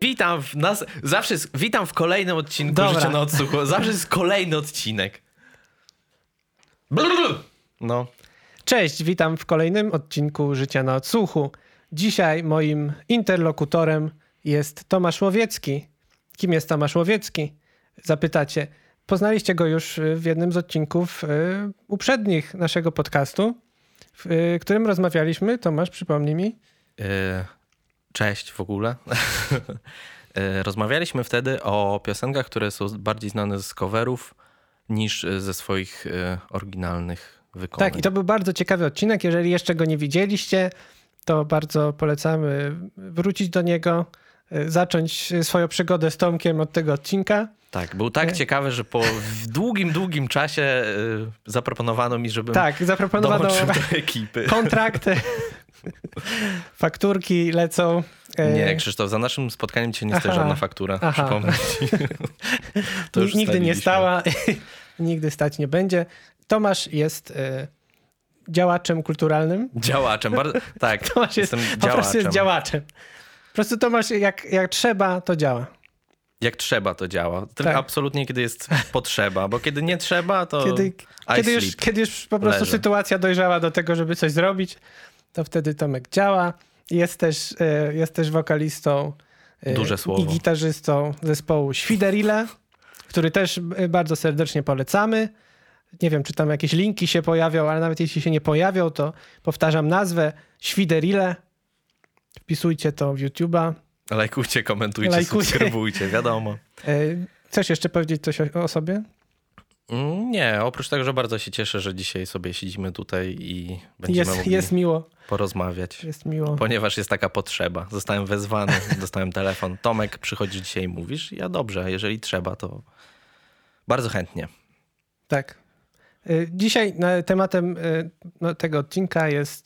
Witam witam w kolejnym odcinku Życia na odsłuchu. Zawsze jest kolejny odcinek. No. Cześć, witam w kolejnym odcinku Życia na odsłuchu. Dzisiaj moim interlokutorem jest Tomasz Łowiecki. Kim jest Tomasz Łowiecki? Zapytacie. Poznaliście go już w jednym z odcinków uprzednich naszego podcastu, w którym rozmawialiśmy. Tomasz, przypomnij mi. Cześć w ogóle. Rozmawialiśmy wtedy o piosenkach, które są bardziej znane z coverów niż ze swoich oryginalnych wykonań. Tak, i to był bardzo ciekawy odcinek. Jeżeli jeszcze go nie widzieliście, to bardzo polecamy wrócić do niego, zacząć swoją przygodę z Tomkiem od tego odcinka. Tak, był tak ciekawy, że po długim czasie zaproponowano mi, żebym dołączył do ekipy. Kontrakt, fakturki lecą. Nie, Krzysztof, za naszym spotkaniem cię nie stoi żadna faktura. Przypomnę ci. Nigdy nie stała, nigdy stać nie będzie. Tomasz jest działaczem kulturalnym. Działaczem, tak. Tomasz jest działaczem. Po prostu Tomasz jak trzeba, to działa. Jak trzeba, to działa. Tylko absolutnie, kiedy jest potrzeba, bo kiedy nie trzeba, to kiedy już po prostu sytuacja dojrzała do tego, żeby coś zrobić, to wtedy Tomek działa. Jest też wokalistą i gitarzystą zespołu Świderile, który też bardzo serdecznie polecamy. Nie wiem, czy tam jakieś linki się pojawią, ale nawet jeśli się nie pojawią, to powtarzam nazwę Świderile. Wpisujcie to w YouTube'a. Lajkujcie, komentujcie, subskrybujcie, wiadomo. Chcesz jeszcze powiedzieć coś o sobie? Nie, oprócz tego, że bardzo się cieszę, że dzisiaj sobie siedzimy tutaj i będziemy mogli porozmawiać. Jest miło. Ponieważ jest taka potrzeba. Zostałem wezwany, dostałem telefon. Tomek, przychodzisz dzisiaj i mówisz? Ja dobrze, jeżeli trzeba, to bardzo chętnie. Tak. Dzisiaj tematem tego odcinka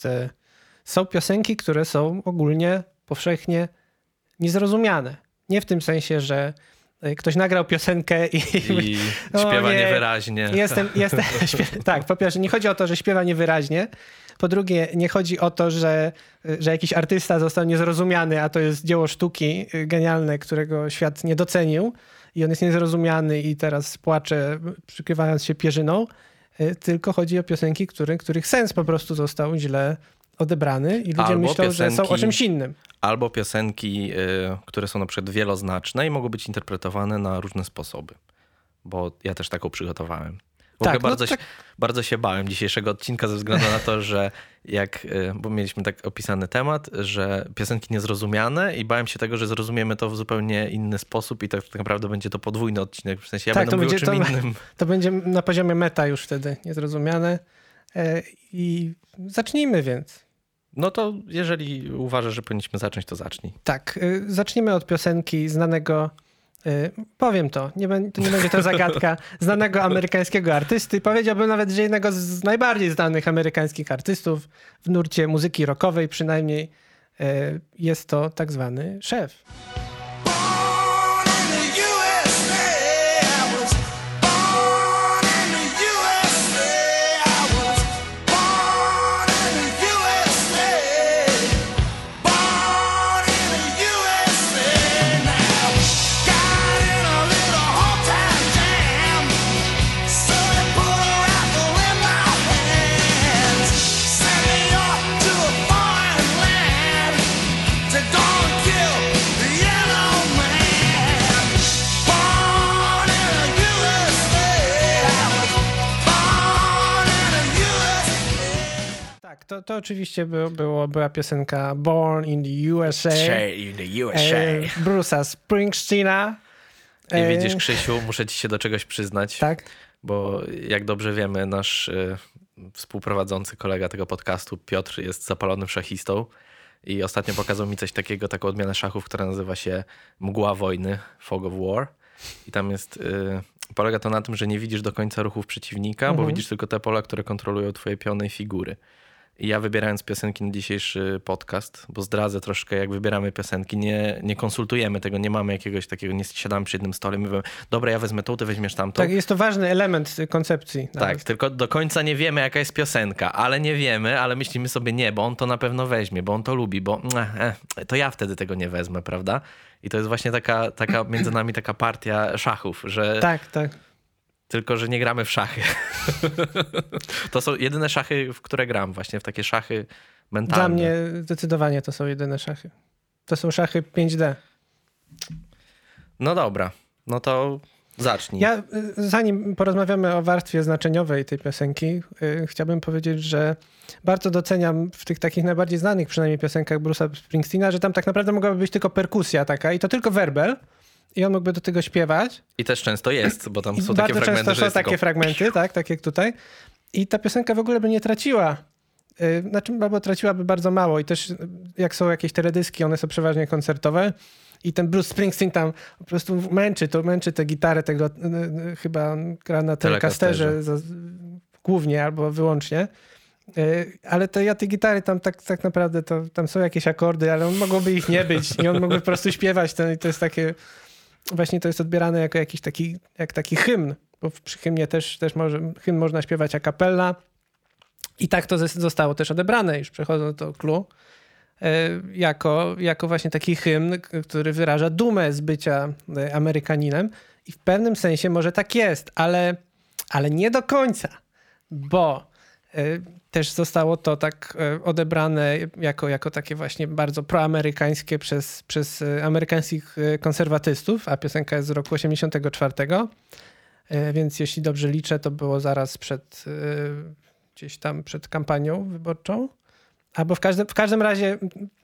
są piosenki, które są ogólnie, powszechnie niezrozumiane. Nie w tym sensie, że ktoś nagrał piosenkę i śpiewa niewyraźnie. Tak, po pierwsze nie chodzi o to, że śpiewa niewyraźnie. Po drugie nie chodzi o to, że jakiś artysta został niezrozumiany, a to jest dzieło sztuki genialne, którego świat nie docenił i on jest niezrozumiany i teraz płacze, przykrywając się pierzyną. Tylko chodzi o piosenki, których sens po prostu został źle odebrany i ludzie myślą, że są o czymś innym. Albo piosenki, które są na przykład wieloznaczne i mogą być interpretowane na różne sposoby. Bo ja też taką przygotowałem. Bardzo się bałem dzisiejszego odcinka ze względu na to, że bo mieliśmy tak opisany temat, że piosenki niezrozumiane i bałem się tego, że zrozumiemy to w zupełnie inny sposób i tak naprawdę będzie to podwójny odcinek. W sensie będę mówił o czym innym. To będzie na poziomie meta już wtedy niezrozumiane. I zacznijmy więc. No to jeżeli uważasz, że powinniśmy zacząć, to zacznij. Tak, zacznijmy od piosenki znanego, powiem to nie będzie to zagadka, znanego amerykańskiego artysty. Powiedziałbym nawet, że jednego z najbardziej znanych amerykańskich artystów w nurcie muzyki rockowej przynajmniej jest to tak zwany Szef. To oczywiście była piosenka Born in the USA. Bruce'a Springsteena. I widzisz, Krzysiu, muszę ci się do czegoś przyznać. Tak? Bo jak dobrze wiemy, nasz współprowadzący kolega tego podcastu, Piotr, jest zapalonym szachistą i ostatnio pokazał mi coś takiego, taką odmianę szachów, która nazywa się Mgła Wojny, Fog of War. I tam jest... Polega to na tym, że nie widzisz do końca ruchów przeciwnika, bo widzisz tylko te pola, które kontrolują twoje piony i figury. I ja wybierając piosenki na dzisiejszy podcast, bo zdradzę troszkę, jak wybieramy piosenki, nie konsultujemy tego, nie mamy jakiegoś takiego, nie siadamy przy jednym stole i mówimy, dobra, ja wezmę tą, ty weźmiesz tamtą. Tak, jest to ważny element koncepcji. Tak, tylko do końca nie wiemy, jaka jest piosenka, ale myślimy sobie, nie, bo on to na pewno weźmie, bo on to lubi, bo to ja wtedy tego nie wezmę, prawda? I to jest właśnie taka między nami taka partia szachów, że... Tak. Tylko, że nie gramy w szachy. To są jedyne szachy, w które gram, właśnie w takie szachy mentalne. Dla mnie zdecydowanie to są jedyne szachy. To są szachy 5D. No dobra, no to zacznij. Ja, zanim porozmawiamy o warstwie znaczeniowej tej piosenki, chciałbym powiedzieć, że bardzo doceniam w tych takich najbardziej znanych przynajmniej piosenkach Bruce'a Springsteena, że tam tak naprawdę mogłaby być tylko perkusja taka i to tylko werbel. I on mógłby do tego śpiewać. I też często jest, bo tam są takie fragmenty. Bardzo często są takie fragmenty, tak jak tutaj. I ta piosenka w ogóle by nie traciła. Albo traciłaby bardzo mało. I też jak są jakieś teledyski, one są przeważnie koncertowe. I ten Bruce Springsteen tam po prostu męczy tę gitarę, tego chyba gra na Telecasterze głównie albo wyłącznie. Ale ja te gitary tam tak naprawdę, tam są jakieś akordy, ale mogłoby ich nie być i on mógłby po prostu śpiewać. I to jest takie... Właśnie to jest odbierane jako jakiś taki hymn, bo przy hymnie też hymn można śpiewać a cappella. I tak to zostało też odebrane, już przechodząc do clue, jako właśnie taki hymn, który wyraża dumę z bycia Amerykaninem. I w pewnym sensie może tak jest, ale nie do końca, bo też zostało to tak odebrane jako takie właśnie bardzo proamerykańskie przez amerykańskich konserwatystów, a piosenka jest z roku 84, więc jeśli dobrze liczę, to było zaraz gdzieś tam przed kampanią wyborczą. Albo w każdym razie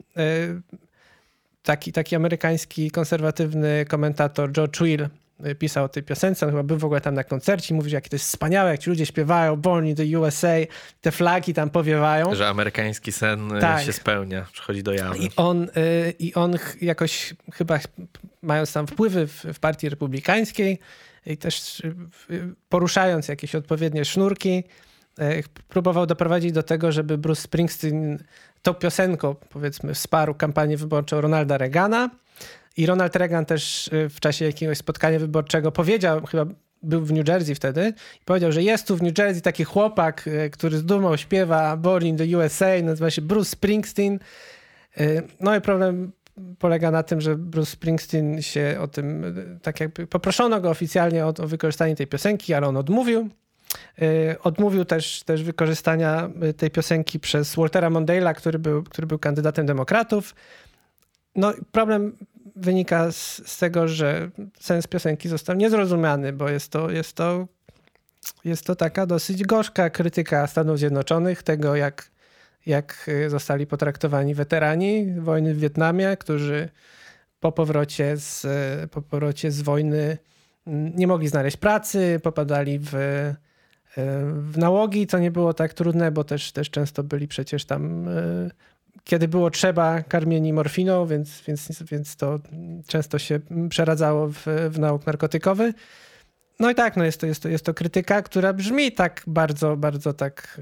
taki amerykański konserwatywny komentator Joe Twill pisał o tej piosence, on chyba był w ogóle tam na koncercie, mówił, jakie to jest wspaniałe, jak ci ludzie śpiewają Born in the USA, te flagi tam powiewają. Że amerykański sen się spełnia, przychodzi do jawy. I on jakoś chyba mając tam wpływy w partii republikańskiej i też poruszając jakieś odpowiednie sznurki, próbował doprowadzić do tego, żeby Bruce Springsteen tą piosenką, powiedzmy, wsparł kampanię wyborczą Ronalda Reagana. I Ronald Reagan też w czasie jakiegoś spotkania wyborczego powiedział, chyba był w New Jersey wtedy, i powiedział, że jest tu w New Jersey taki chłopak, który z dumą śpiewa Born in the USA, nazywa się Bruce Springsteen. No i problem polega na tym, że Bruce Springsteen się o tym, tak jakby poproszono go oficjalnie o wykorzystanie tej piosenki, ale on odmówił. Odmówił też wykorzystania tej piosenki przez Waltera Mondale'a, który był kandydatem demokratów. No problem wynika z tego, że sens piosenki został niezrozumiany, bo jest to taka dosyć gorzka krytyka Stanów Zjednoczonych, tego jak zostali potraktowani weterani wojny w Wietnamie, którzy po powrocie z wojny nie mogli znaleźć pracy, popadali w nałogi, co nie było tak trudne, bo też często byli przecież tam, kiedy było trzeba, karmieni morfiną, więc to często się przeradzało w nałóg narkotykowy. No i tak, jest to krytyka, która brzmi tak bardzo, bardzo tak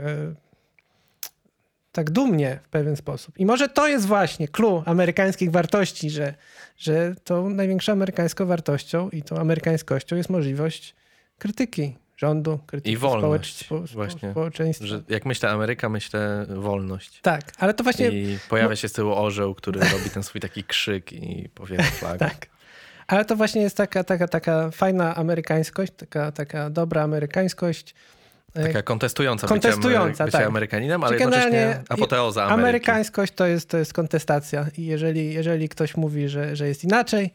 dumnie w pewien sposób. I może to jest właśnie clue amerykańskich wartości, że tą największą amerykańską wartością i tą amerykańskością jest możliwość krytyki rządu, krytyki i wolność, społeczeństwa. Że jak myślę Ameryka, myślę wolność. Tak, ale to właśnie... I pojawia się z tyłu orzeł, który robi ten swój taki krzyk i powiera flagę. Tak, ale to właśnie jest taka fajna amerykańskość, taka dobra amerykańskość. Taka kontestująca bycie Amerykaninem, ale jednocześnie apoteoza Ameryki. Amerykańskość to jest kontestacja i jeżeli ktoś mówi, że jest inaczej,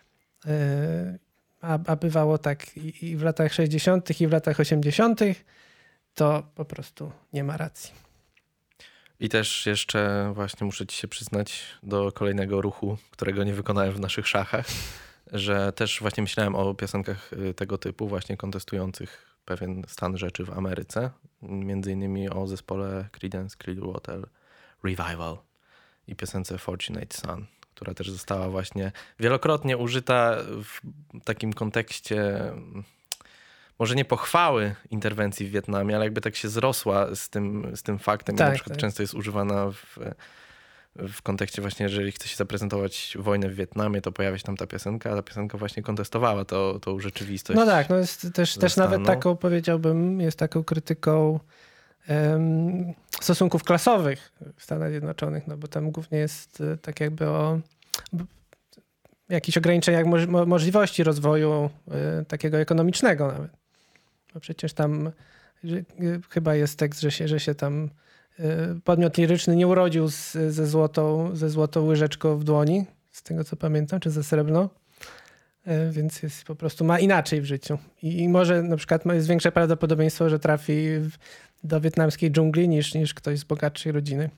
a bywało tak i w latach 60. i w latach 80., to po prostu nie ma racji. I też jeszcze właśnie muszę ci się przyznać do kolejnego ruchu, którego nie wykonałem w naszych szachach, że też właśnie myślałem o piosenkach tego typu, właśnie kontestujących pewien stan rzeczy w Ameryce. Między innymi o zespole Creedence Clearwater Revival i piosence Fortunate Son, która też została właśnie wielokrotnie użyta w takim kontekście może nie pochwały interwencji w Wietnamie, ale jakby tak się zrosła z tym faktem. Tak, na przykład często jest używana w kontekście właśnie, jeżeli chce się zaprezentować wojnę w Wietnamie, to pojawia się tam ta piosenka, a ta piosenka właśnie kontestowała tą rzeczywistość. No tak, no jest też nawet taką, powiedziałbym, jest taką krytyką stosunków klasowych w Stanach Zjednoczonych, no bo tam głównie jest tak jakby o jakichś ograniczeniach możliwości rozwoju takiego ekonomicznego nawet. No przecież tam chyba jest tekst, że się tam podmiot liryczny nie urodził ze złotą łyżeczką w dłoni, z tego co pamiętam, czy ze srebrną, więc jest po prostu ma inaczej w życiu. I może na przykład jest większe prawdopodobieństwo, że trafi do wietnamskiej dżungli niż ktoś z bogatszej rodziny.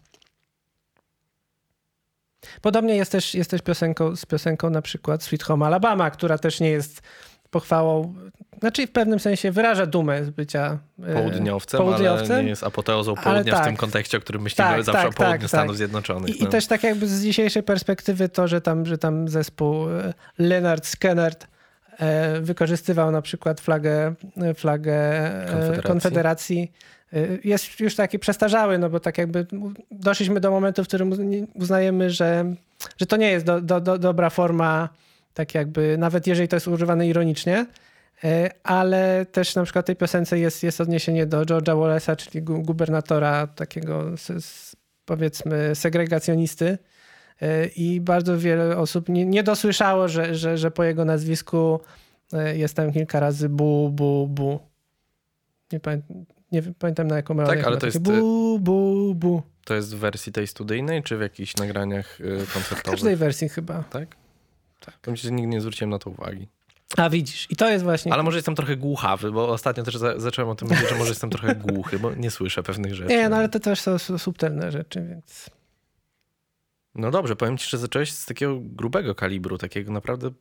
Podobnie jest też z piosenką na przykład Sweet Home Alabama, która też nie jest pochwałą, znaczy w pewnym sensie wyraża dumę z bycia południowcem, ale nie jest apoteozą południa w tym kontekście, o którym myślimy zawsze o południu Stanów Zjednoczonych. I też tak jakby z dzisiejszej perspektywy to, że tam zespół Lynyrd Skynyrd wykorzystywał na przykład flagę Konfederacji, jest już taki przestarzały, no bo tak jakby doszliśmy do momentu, w którym uznajemy, że to nie jest dobra forma, tak jakby, nawet jeżeli to jest używane ironicznie, ale też na przykład w tej piosence jest odniesienie do George'a Wallace'a, czyli gubernatora takiego powiedzmy segregacjonisty i bardzo wiele osób nie dosłyszało, że po jego nazwisku jest tam kilka razy bu. Nie pamiętam na jaką melodię. Tak, ale to jest bu. To jest w wersji tej studyjnej, czy w jakichś nagraniach koncertowych? W każdej wersji chyba. Tak? Myślę, że nigdy nie zwróciłem na to uwagi. A widzisz, i to jest właśnie... Ale może jestem trochę głuchawy, bo ostatnio też zacząłem o tym mówić, że może jestem trochę głuchy, bo nie słyszę pewnych rzeczy. Nie, no ale to też są subtelne rzeczy, więc... No dobrze, powiem ci, że zacząłeś z takiego grubego kalibru, takiego naprawdę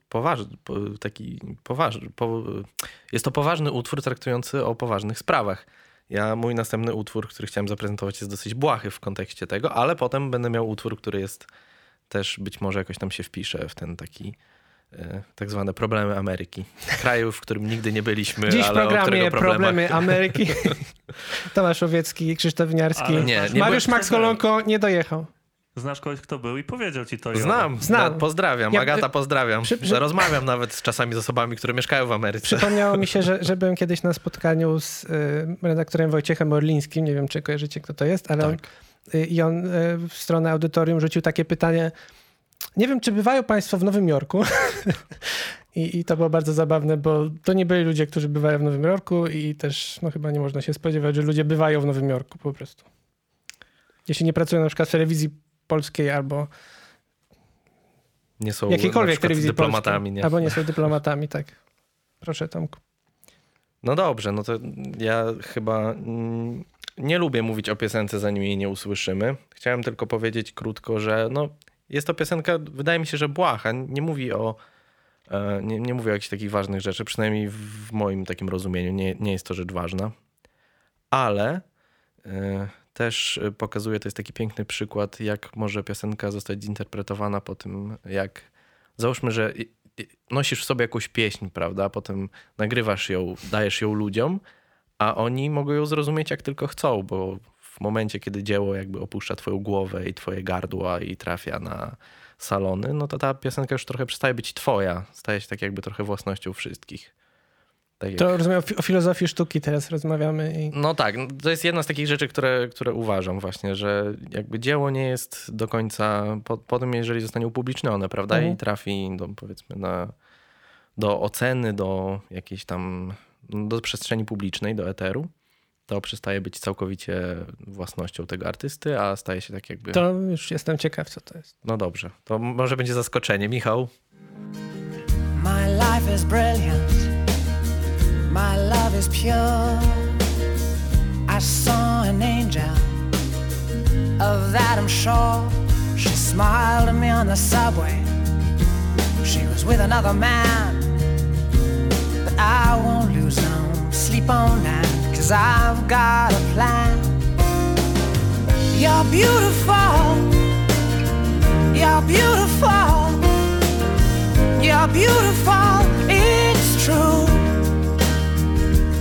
jest to poważny utwór traktujący o poważnych sprawach. Mój następny utwór, który chciałem zaprezentować, jest dosyć błahy w kontekście tego, ale potem będę miał utwór, który jest też być może jakoś tam się wpisze w ten taki tak zwane problemy Ameryki. Kraju, w którym nigdy nie byliśmy, dziś ale w programie o problemy Ameryki. Tomasz Owiecki, Krzysztof Winiarski. Mariusz Max Kolonko nie dojechał. Znasz kogoś, kto był i powiedział ci to? Znam. Pozdrawiam. Agata, pozdrawiam. Rozmawiam nawet czasami z osobami, które mieszkają w Ameryce. Przypomniało mi się, że byłem kiedyś na spotkaniu z redaktorem Wojciechem Orlińskim. Nie wiem, czy kojarzycie, kto to jest, ale tak. on w stronę audytorium rzucił takie pytanie. Nie wiem, czy bywają państwo w Nowym Jorku? I to było bardzo zabawne, bo to nie byli ludzie, którzy bywają w Nowym Jorku i też chyba nie można się spodziewać, że ludzie bywają w Nowym Jorku po prostu. Jeśli nie pracują na przykład w telewizji polskiej albo nie są jakiejkolwiek telewizji dyplomatami, polskiej, albo nie są dyplomatami, tak. Proszę, Tomku. No dobrze, no to ja chyba nie lubię mówić o piosence, zanim jej nie usłyszymy. Chciałem tylko powiedzieć krótko, że jest to piosenka, wydaje mi się, że błaha. Nie mówi o jakichś takich ważnych rzeczy, przynajmniej w moim takim rozumieniu nie jest to rzecz ważna. Ale też pokazuje, to jest taki piękny przykład, jak może piosenka zostać zinterpretowana po tym, jak załóżmy, że nosisz w sobie jakąś pieśń, prawda? Potem nagrywasz ją, dajesz ją ludziom, a oni mogą ją zrozumieć jak tylko chcą, bo w momencie, kiedy dzieło jakby opuszcza twoją głowę i twoje gardła i trafia na salony, no to ta piosenka już trochę przestaje być twoja. Staje się tak jakby trochę własnością wszystkich. Tak to rozumiem, o filozofii sztuki teraz rozmawiamy. No tak, to jest jedna z takich rzeczy, które uważam właśnie, że jakby dzieło nie jest do końca po tym, jeżeli zostanie upublicznione, prawda? I trafi powiedzmy do oceny, do jakiejś tam, do przestrzeni publicznej, do eteru, to przestaje być całkowicie własnością tego artysty, a staje się tak jakby... To już jestem ciekaw, co to jest. No dobrze, to może będzie zaskoczenie. Michał? My life is brilliant. My love is pure. I saw an angel. Of that I'm sure. She smiled at me on the subway. She was with another man. But I won't lose no sleep on that, 'cause I've got a plan. You're beautiful. You're beautiful. You're beautiful. It's true.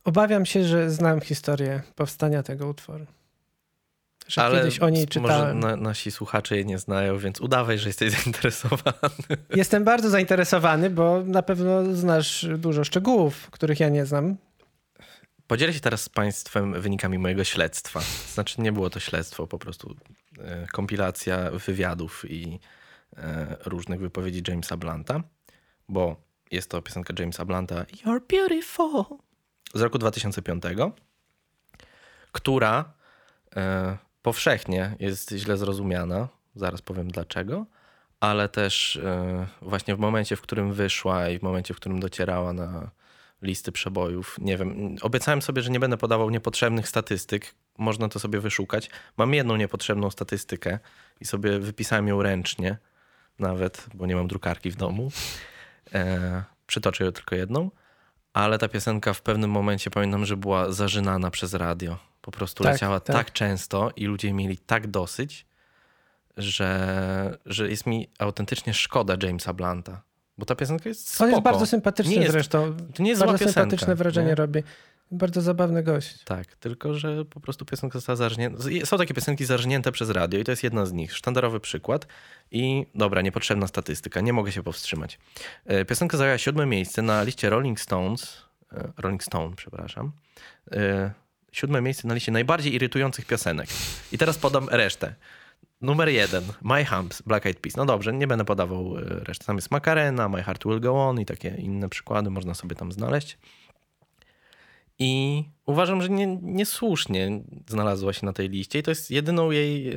Obawiam się, że znam historię powstania tego utworu. Że ale kiedyś o niej czytałem. Może nasi słuchacze jej nie znają, więc udawaj, że jesteś zainteresowany. Jestem bardzo zainteresowany, bo na pewno znasz dużo szczegółów, których ja nie znam. Podzielę się teraz z Państwem wynikami mojego śledztwa. Znaczy nie było to śledztwo, po prostu kompilacja wywiadów i różnych wypowiedzi Jamesa Blunta, bo jest to piosenka Jamesa Blunta You're Beautiful z roku 2005, która powszechnie jest źle zrozumiana. Zaraz powiem dlaczego, ale też właśnie w momencie, w którym wyszła i w momencie, w którym docierała na listy przebojów. Nie wiem, obiecałem sobie, że nie będę podawał niepotrzebnych statystyk. Można to sobie wyszukać. Mam jedną niepotrzebną statystykę i sobie wypisałem ją ręcznie nawet, bo nie mam drukarki w domu. Przytoczę ją tylko jedną. Ale ta piosenka w pewnym momencie pamiętam, że była zażynana przez radio. Po prostu leciała tak często i ludzie mieli tak dosyć, że jest mi autentycznie szkoda Jamesa Blunta. Bo ta piosenka jest spoko. On jest bardzo sympatyczny zresztą. To nie jest bardzo zła piosenka, sympatyczne wrażenie robi. Bardzo zabawny gość. Tak, tylko że po prostu piosenka została zarżnięta. Są takie piosenki zarżnięte przez radio i to jest jedna z nich. Sztandarowy przykład. I dobra, niepotrzebna statystyka. Nie mogę się powstrzymać. Piosenka zajęła 7. miejsce na liście Rolling Stone, 7. miejsce na liście najbardziej irytujących piosenek. I teraz podam resztę. Numer 1, My Humps, Black Eyed Peas. No dobrze, nie będę podawał reszty. Tam jest Macarena, My Heart Will Go On i takie inne przykłady można sobie tam znaleźć. I uważam, że niesłusznie znalazła się na tej liście i to jest jedyną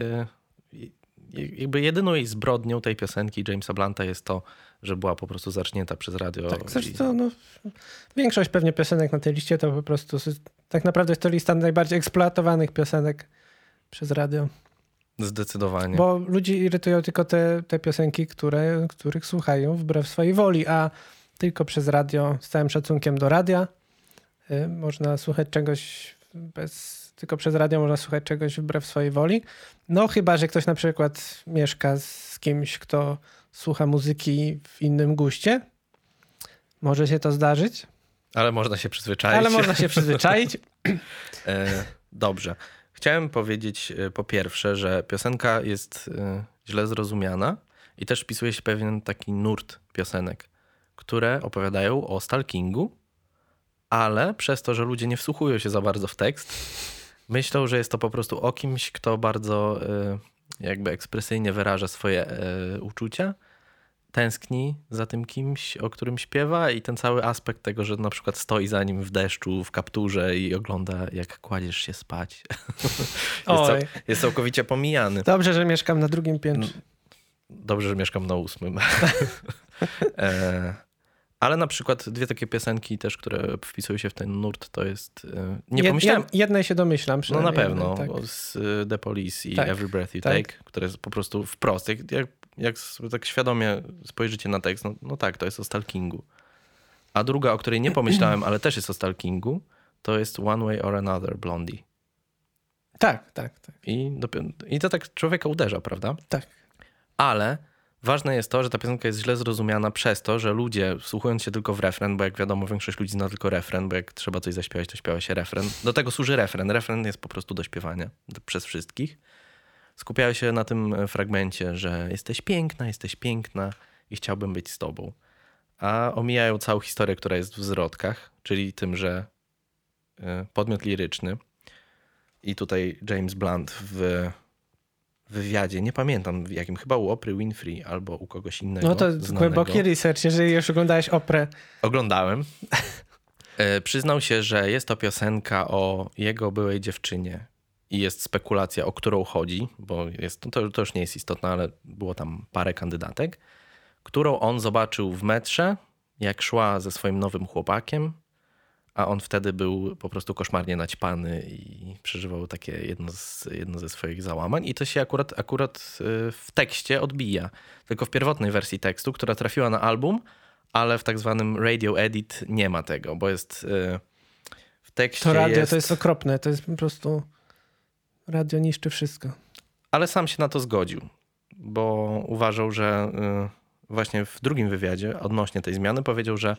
jej zbrodnią tej piosenki Jamesa Blunta jest to, że była po prostu zacznięta przez radio. Tak, zresztą większość pewnie piosenek na tej liście to po prostu tak naprawdę jest to lista najbardziej eksploatowanych piosenek przez radio. Zdecydowanie. Bo ludzi irytują tylko te piosenki, których słuchają wbrew swojej woli, a tylko przez radio, z całym szacunkiem do radia, można słuchać czegoś tylko przez radio można słuchać czegoś wbrew swojej woli. No chyba, że ktoś na przykład mieszka z kimś, kto słucha muzyki w innym guście. Może się to zdarzyć. Ale można się przyzwyczaić. Dobrze. Chciałem powiedzieć po pierwsze, że piosenka jest źle zrozumiana i też wpisuje się pewien taki nurt piosenek, które opowiadają o stalkingu, ale przez to, że ludzie nie wsłuchują się za bardzo w tekst, myślą, że jest to po prostu o kimś, kto bardzo jakby ekspresyjnie wyraża swoje uczucia, tęskni za tym kimś, o którym śpiewa i ten cały aspekt tego, że na przykład stoi za nim w deszczu, w kapturze i ogląda, jak kładziesz się spać. Jest całkowicie pomijany. Dobrze, że mieszkam na 2. piętrze. Dobrze, że mieszkam na 8. Ale na przykład 2 takie piosenki też, które wpisują się w ten nurt, to jest... Nie pomyślałem... Jednej się domyślam. No na pewno. Tak. Z The Police i Every Breath You Take, które jest po prostu wprost. Jak tak świadomie spojrzycie na tekst, no tak, to jest o stalkingu. A druga, o której nie pomyślałem, ale też jest o stalkingu, to jest One Way or Another, Blondie. Tak. I to tak człowieka uderza, prawda? Tak. Ale ważne jest to, że ta piosenka jest źle zrozumiana przez to, że ludzie, wsłuchując się tylko w refren, bo jak wiadomo, większość ludzi zna tylko refren, bo jak trzeba coś zaśpiewać, to śpiewa się refren. Do tego służy refren. Refren jest po prostu do śpiewania przez wszystkich. Skupiają się na tym fragmencie, że jesteś piękna i chciałbym być z tobą. A omijają całą historię, która jest w zwrotkach, czyli tym, że podmiot liryczny i tutaj James Blunt w wywiadzie, nie pamiętam w jakim, chyba u Opry Winfrey albo u kogoś innego. No to znanego. Głęboki research, jeżeli już oglądałeś Oprę. Oglądałem. Przyznał się, że jest to piosenka o jego byłej dziewczynie i jest spekulacja, o którą chodzi, bo to już nie jest istotne, ale było tam parę kandydatek, którą on zobaczył w metrze, jak szła ze swoim nowym chłopakiem, a on wtedy był po prostu koszmarnie naćpany i przeżywał takie jedno ze swoich załamań. I to się akurat w tekście odbija. Tylko w pierwotnej wersji tekstu, która trafiła na album, ale w tak zwanym radio edit nie ma tego, bo jest w tekście to radio to jest okropne, to jest po prostu radio niszczy wszystko. Ale sam się na to zgodził, bo uważał, że właśnie w drugim wywiadzie odnośnie tej zmiany powiedział, że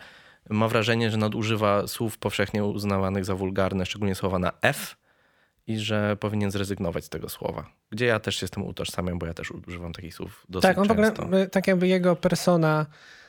ma wrażenie, że nadużywa słów powszechnie uznawanych za wulgarne, szczególnie słowa na F i że powinien zrezygnować z tego słowa. Gdzie ja też się z tym utożsamiam, bo ja też używam takich słów dosyć często. Tak, on w ogóle, tak jakby jego persona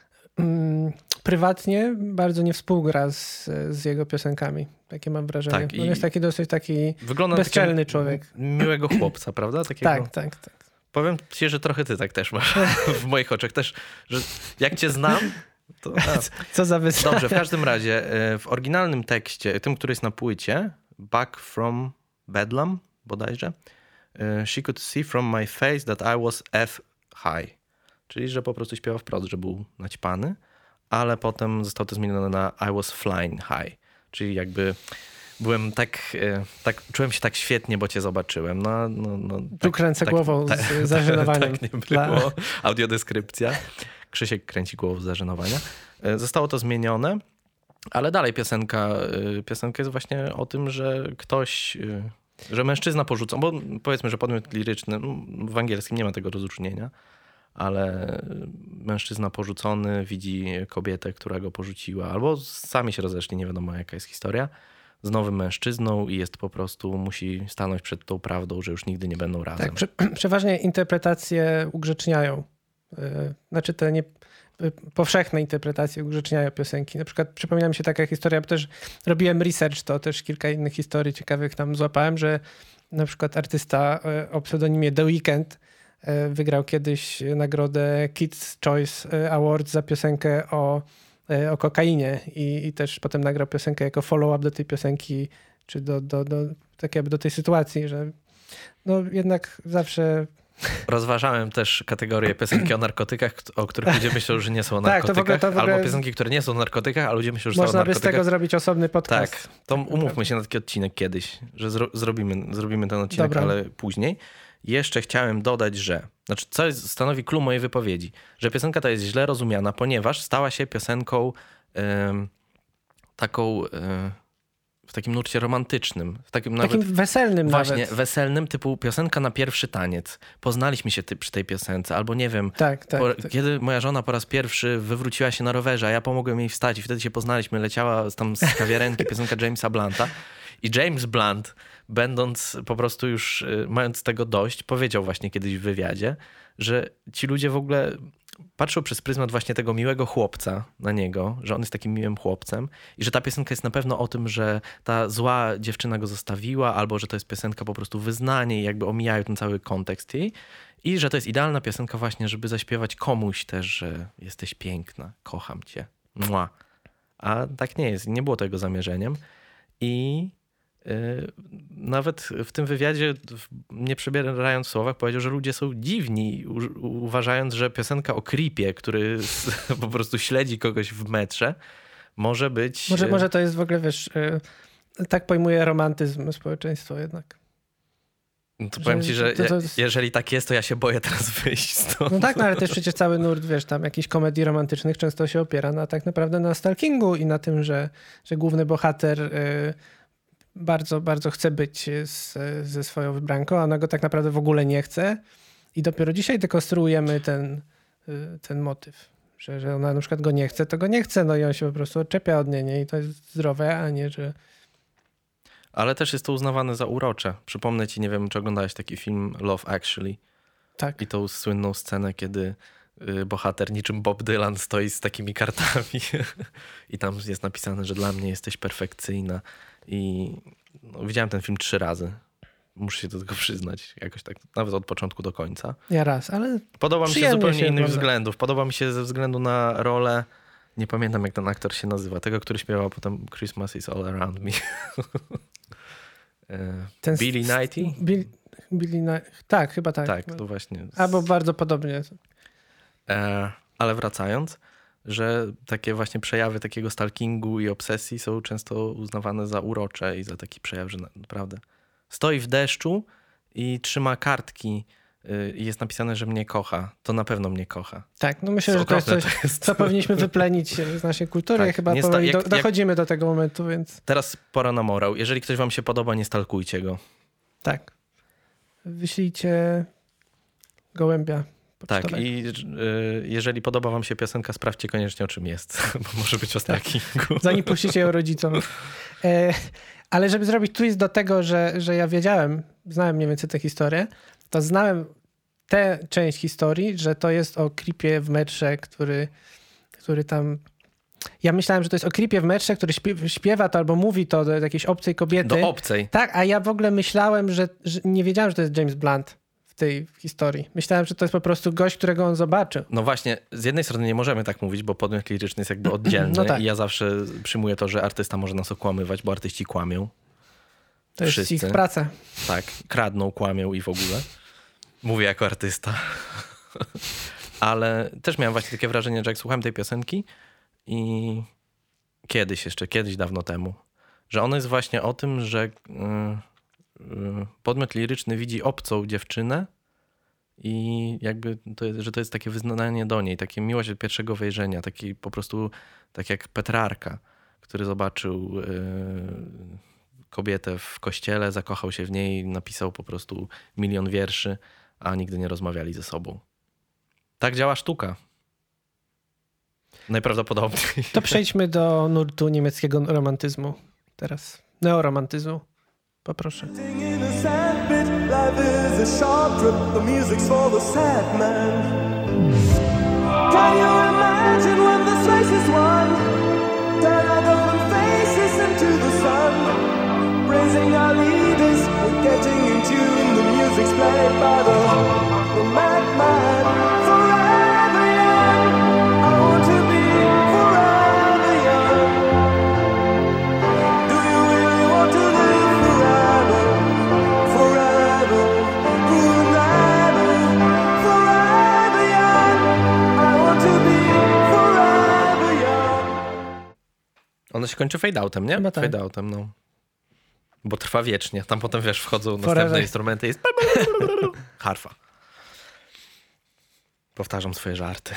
prywatnie bardzo nie współgra z jego piosenkami. Takie mam wrażenie. Tak, on jest taki dosyć bezczelny człowiek. Miłego chłopca, prawda? Takiego... Tak. Powiem ci, że trochę ty tak też masz w moich oczach też, że jak cię znam, to... Co za wyspa. Dobrze, w każdym razie w oryginalnym tekście, tym, który jest na płycie, Back from Bedlam bodajże, she could see from my face that I was F high. Czyli, że po prostu śpiewa wprost, że był naćpany, ale potem zostało to zmienione na I was flying high. Czyli jakby byłem czułem się tak świetnie, bo cię zobaczyłem. Tu kręcę głową z zażenowaniem. Tak nie było. Audiodeskrypcja. Krzysiek kręci głową z zażenowania. Zostało to zmienione, ale dalej piosenka jest właśnie o tym, że ktoś... że mężczyzna porzucą, bo powiedzmy, że podmiot liryczny, w angielskim nie ma tego rozróżnienia, ale mężczyzna porzucony widzi kobietę, która go porzuciła, albo sami się rozeszli, nie wiadomo jaka jest historia, z nowym mężczyzną i jest po prostu, musi stanąć przed tą prawdą, że już nigdy nie będą razem. Tak, przeważnie interpretacje ugrzeczniają. Znaczy te powszechne interpretacje ugrzeczniają piosenki. Na przykład przypomina mi się taka historia, bo też robiłem research, to też kilka innych historii ciekawych tam złapałem, że na przykład artysta o pseudonimie The Weeknd wygrał kiedyś nagrodę Kids' Choice Award za piosenkę o kokainie i też potem nagrał piosenkę jako follow-up do tej piosenki, czy tak jakby do tej sytuacji, że no jednak zawsze... Rozważałem też kategorię piosenki o narkotykach, o których ludzie myślą, że nie są o narkotykach, to w ogóle... albo piosenki, które nie są o narkotykach, a ludzie myślą, że są o narkotykach. Można by z tego zrobić osobny podcast. Tak, to umówmy się na taki odcinek kiedyś, że zrobimy ten odcinek, dobra, ale później. Jeszcze chciałem dodać, że, co stanowi clue mojej wypowiedzi, że piosenka ta jest źle rozumiana, ponieważ stała się piosenką taką w takim nurcie romantycznym. Takim weselnym właśnie, nawet. weselnym, typu piosenka na pierwszy taniec. Poznaliśmy się przy tej piosence, albo nie wiem, tak. Kiedy moja żona po raz pierwszy wywróciła się na rowerze, a ja pomogłem jej wstać i wtedy się poznaliśmy, leciała tam z kawiarenki piosenka Jamesa Blunta. I James Blunt, będąc po prostu już, mając tego dość, powiedział właśnie kiedyś w wywiadzie, że ci ludzie w ogóle patrzą przez pryzmat właśnie tego miłego chłopca na niego, że on jest takim miłym chłopcem i że ta piosenka jest na pewno o tym, że ta zła dziewczyna go zostawiła, albo że to jest piosenka po prostu wyznanie i jakby omijają ten cały kontekst jej i że to jest idealna piosenka właśnie, żeby zaśpiewać komuś też, że jesteś piękna, kocham cię, mua. A tak nie jest, nie było tego zamierzeniem i nawet w tym wywiadzie, nie przebierając w słowach, powiedział, że ludzie są dziwni, uważając, że piosenka o creepie, który po prostu śledzi kogoś w metrze, może być... Może to jest w ogóle, wiesz, tak pojmuje romantyzm społeczeństwo jednak. No to powiem ci, że jeżeli tak jest, to ja się boję teraz wyjść stąd. No tak, no ale też przecież cały nurt, wiesz, tam jakichś komedii romantycznych często się opiera tak naprawdę na stalkingu i na tym, że główny bohater... bardzo, bardzo chce być ze swoją wybranką, a ona go tak naprawdę w ogóle nie chce. I dopiero dzisiaj dekonstruujemy ten motyw, że ona na przykład go nie chce, to go nie chce, no i on się po prostu odczepia od niej, nie? I to jest zdrowe, a nie, że... Ale też jest to uznawane za urocze. Przypomnę ci, nie wiem, czy oglądałeś taki film Love Actually. Tak. I tą słynną scenę, kiedy bohater niczym Bob Dylan stoi z takimi kartami i tam jest napisane, że dla mnie jesteś perfekcyjna. I widziałem ten film 3 razy. Muszę się do tego przyznać. Jakoś tak, nawet od początku do końca. Ja raz, ale podoba mi się z zupełnie innych względów. Podoba mi się ze względu na rolę, nie pamiętam jak ten aktor się nazywa, tego, który śpiewał potem Christmas is all around me. Billy Knighty? Tak, chyba tak. Tak, to właśnie. Albo bardzo podobnie. Ale wracając, że takie właśnie przejawy takiego stalkingu i obsesji są często uznawane za urocze i za taki przejaw, że naprawdę stoi w deszczu i trzyma kartki i jest napisane, że mnie kocha. To na pewno mnie kocha. Tak, no myślę, że to jest coś, co powinniśmy wyplenić z naszej kultury. Tak, chyba dochodzimy do tego momentu, więc... Teraz pora na morał. Jeżeli ktoś wam się podoba, nie stalkujcie go. Tak. Wyślijcie gołębia pocztowego. Tak, i jeżeli podoba wam się piosenka, sprawdźcie koniecznie, o czym jest, bo może być o stalkingu. Zanim puścicie ją rodzicom. Ale żeby zrobić twist do tego, że ja znałem mniej więcej tę historię, to znałem tę część historii, że to jest o creepie w metrze, który tam... Ja myślałem, że to jest o creepie w metrze, który śpiewa to albo mówi to do jakiejś obcej kobiety. Do obcej. Tak, a ja w ogóle myślałem, że nie wiedziałem, że to jest James Blunt w tej historii. Myślałem, że to jest po prostu gość, którego on zobaczył. No właśnie, z jednej strony nie możemy tak mówić, bo podmiot liryczny jest jakby oddzielny no tak. I ja zawsze przyjmuję to, że artysta może nas okłamywać, bo artyści kłamią. To jest ich praca. Tak, kradną, kłamią i w ogóle. Mówię jako artysta. Ale też miałem właśnie takie wrażenie, że jak słuchałem tej piosenki i kiedyś dawno temu, że ono jest właśnie o tym, że podmiot liryczny widzi obcą dziewczynę i jakby że to jest takie wyznanie do niej, takie miłość od pierwszego wejrzenia, taki po prostu tak jak Petrarka, który zobaczył kobietę w kościele, zakochał się w niej, napisał po prostu 1 000 000 wierszy, a nigdy nie rozmawiali ze sobą. Tak działa sztuka. Najprawdopodobniej. To przejdźmy do nurtu niemieckiego romantyzmu teraz. Neoromantyzmu. Poproszę. Praising our leaders, we're getting in tune. The music's played by the madman. Forever young, I want to be forever young. Do you really want to live forever? Forever, forever, forever young. I want to be forever young. Ono się kończy fade-outem, nie? No tak. Fade-outem, no. Bo trwa wiecznie. Tam potem, wiesz, wchodzą następne instrumenty i jest harfa. Powtarzam swoje żarty.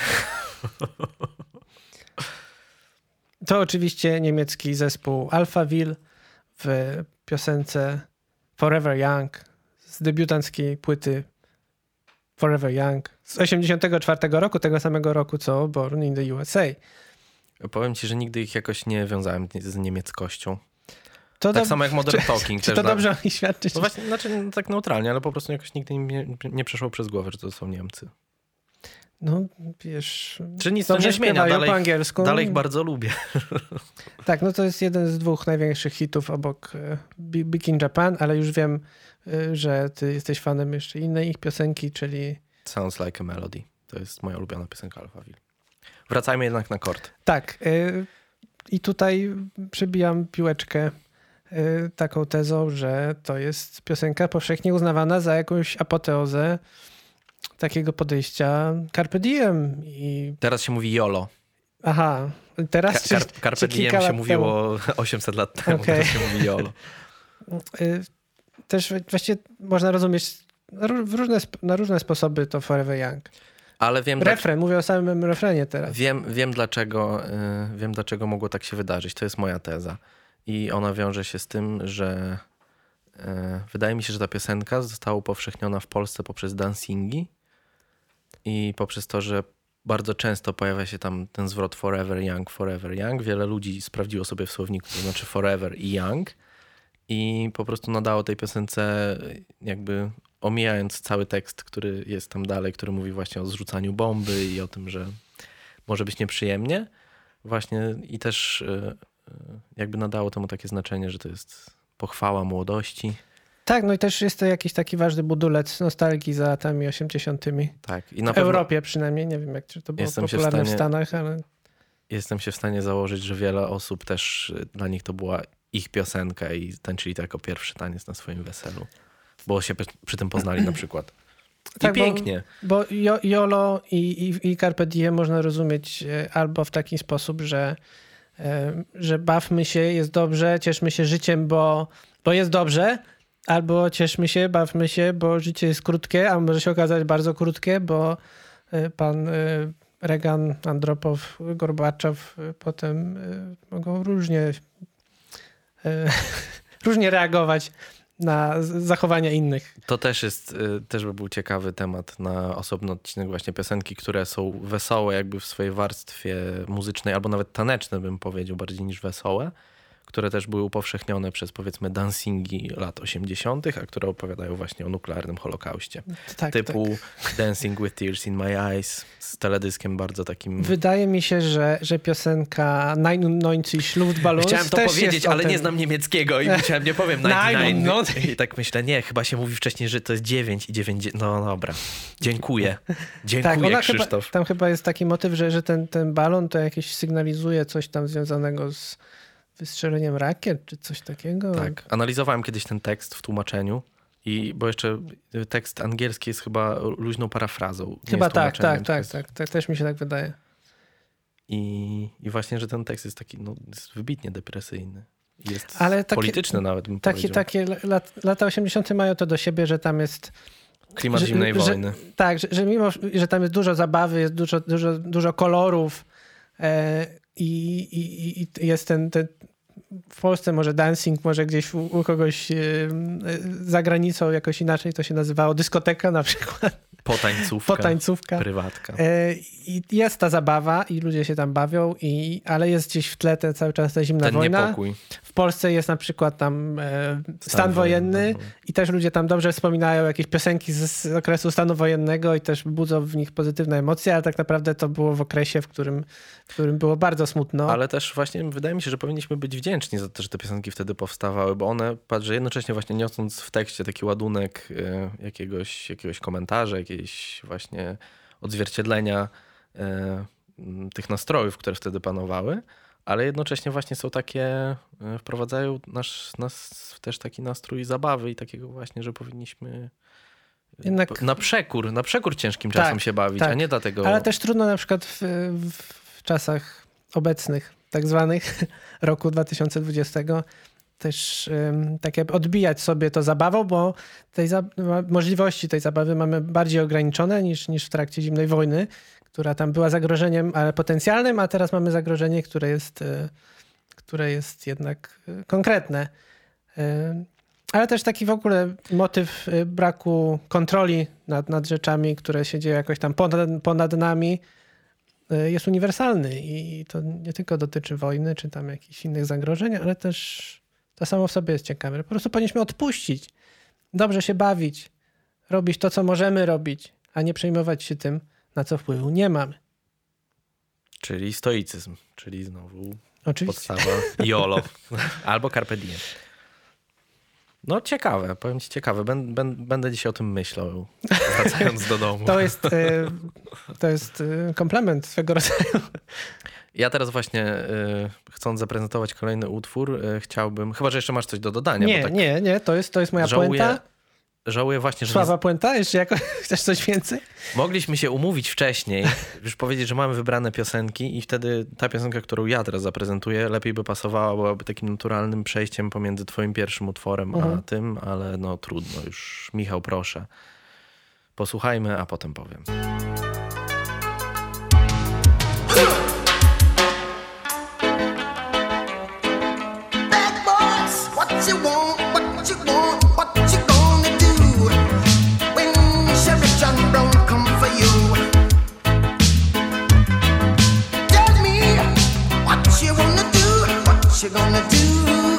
To oczywiście niemiecki zespół Alphaville w piosence Forever Young z debiutanckiej płyty Forever Young z 1984 roku, tego samego roku co Born in the USA. Powiem ci, że nigdy ich jakoś nie wiązałem z niemieckością. To tak samo jak Modern Talking. Czy to dobrze o nich świadczy? No właśnie, znaczy tak neutralnie, ale po prostu jakoś nigdy nie przeszło przez głowę, że to są Niemcy. No wiesz... Czy nic to nie zmienia, po angielsku. Dalej ich bardzo lubię. Tak, no to jest jeden z 2 największych hitów obok Big in Japan, ale już wiem, że ty jesteś fanem jeszcze innej ich piosenki, czyli... Sounds Like a Melody. To jest moja ulubiona piosenka Alphaville. Wracajmy jednak na kord. Tak. I tutaj przebijam piłeczkę taką tezą, że to jest piosenka powszechnie uznawana za jakąś apoteozę takiego podejścia Carpe Diem. Teraz się mówi YOLO. Aha. Teraz Carpe Diem się mówiło 800 lat temu, okay. Teraz się mówi YOLO. Też właściwie można rozumieć na różne sposoby to Forever Young. Ale wiem, refren, mówię o samym refrenie teraz. Wiem dlaczego mogło tak się wydarzyć. To jest moja teza. I ona wiąże się z tym, że wydaje mi się, że ta piosenka została upowszechniona w Polsce poprzez dancingi i poprzez to, że bardzo często pojawia się tam ten zwrot forever young. Wiele ludzi sprawdziło sobie w słowniku, to znaczy forever i young i po prostu nadało tej piosence jakby omijając cały tekst, który jest tam dalej, który mówi właśnie o zrzucaniu bomby i o tym, że może być nieprzyjemnie. Właśnie i też jakby nadało temu takie znaczenie, że to jest pochwała młodości. Tak, no i też jest to jakiś taki ważny budulec nostalgii za latami 80. Tak. I na w Europie przynajmniej. Nie wiem, jak to było popularne w Stanach, ale... Jestem się w stanie założyć, że wiele osób też dla nich to była ich piosenka i tańczyli to jako pierwszy taniec na swoim weselu. Bo się przy tym poznali na przykład. I tak, pięknie. Bo YOLO i Carpe Diem można rozumieć albo w taki sposób, że bawmy się, jest dobrze, cieszmy się życiem, bo jest dobrze, albo cieszmy się, bawmy się, bo życie jest krótkie, a może się okazać bardzo krótkie, bo pan Reagan, Andropow, Gorbaczow potem mogą różnie reagować na zachowania innych. To też by był ciekawy temat na osobny odcinek, właśnie piosenki, które są wesołe jakby w swojej warstwie muzycznej, albo nawet taneczne, bym powiedział, bardziej niż wesołe, które też były upowszechnione przez, powiedzmy, dancingi lat 80., a które opowiadają właśnie o nuklearnym holokauście. Tak, typu Dancing with Tears in My Eyes z teledyskiem bardzo takim... Wydaje mi się, że piosenka 99 Luftballons chciałem to powiedzieć, ale nie znam niemieckiego i musiałem, nie powiem 99. I tak myślę, nie, chyba się mówi wcześniej, że to jest 9 i 9... No dobra, dziękuję. Dziękuję, tak, Krzysztof. Tam chyba jest taki motyw, że ten balon to jakieś sygnalizuje coś tam związanego z wystrzeleniem rakiet, czy coś takiego? Tak. Analizowałem kiedyś ten tekst w tłumaczeniu, bo jeszcze tekst angielski jest chyba luźną parafrazą. Chyba tak. Też mi się tak wydaje. I właśnie, że ten tekst jest taki, jest wybitnie depresyjny. Jest ale polityczny nawet, bym powiedział. Takie lata 80. mają to do siebie, że tam jest klimat zimnej wojny. Tak, że mimo, że tam jest dużo zabawy, jest dużo kolorów, i jest ten w Polsce może dancing, może gdzieś u kogoś za granicą jakoś inaczej to się nazywało, dyskoteka na przykład. Potańcówka. Prywatka. I jest ta zabawa i ludzie się tam bawią, ale jest gdzieś w tle cały czas ta zimna wojna. Niepokój. W Polsce jest na przykład tam stan wojenny i też ludzie tam dobrze wspominają jakieś piosenki z okresu stanu wojennego i też budzą w nich pozytywne emocje, ale tak naprawdę to było w okresie, w którym było bardzo smutno. Ale też właśnie wydaje mi się, że powinniśmy być wdzięczni za to, że te piosenki wtedy powstawały, bo one, że jednocześnie właśnie niosąc w tekście taki ładunek jakiegoś komentarza, jakiegoś właśnie odzwierciedlenia tych nastrojów, które wtedy panowały, ale jednocześnie właśnie są takie, wprowadzają nas w też taki nastrój zabawy i takiego właśnie, że powinniśmy jednak na przekór ciężkim czasem się bawić, a nie dlatego... Ale też trudno na przykład w czasach obecnych, tak zwanych roku 2020, też tak jakby odbijać sobie to zabawą, bo możliwości tej zabawy mamy bardziej ograniczone niż w trakcie zimnej wojny, która tam była zagrożeniem, ale potencjalnym, a teraz mamy zagrożenie, które jest jednak konkretne. Ale też taki w ogóle motyw braku kontroli nad rzeczami, które się dzieją jakoś tam ponad nami, jest uniwersalny i to nie tylko dotyczy wojny czy tam jakichś innych zagrożeń, ale też to samo w sobie jest ciekawe. Po prostu powinniśmy odpuścić, dobrze się bawić, robić to, co możemy robić, a nie przejmować się tym, na co wpływu nie mamy. Czyli stoicyzm, czyli znowu oczywiście podstawa YOLO albo Carpe Diem. No ciekawe, powiem ci ciekawe. Będę dzisiaj o tym myślał, wracając do domu. To jest komplement swego rodzaju. Ja teraz właśnie, chcąc zaprezentować kolejny utwór, chciałbym... Chyba, że jeszcze masz coś do dodania. Nie, to jest moja puenta. Żałuję właśnie, że... Sława puenta? Jeszcze chcesz coś więcej? Mogliśmy się umówić wcześniej, już powiedzieć, że mamy wybrane piosenki i wtedy ta piosenka, którą ja teraz zaprezentuję, lepiej by pasowała, byłaby takim naturalnym przejściem pomiędzy twoim pierwszym utworem a tym, ale no trudno już. Michał, proszę. Posłuchajmy, a potem powiem. Bad boys, what you want, what you want, what you gonna do when Sheriff John Brown come for you? Tell me what you wanna do, what you gonna do?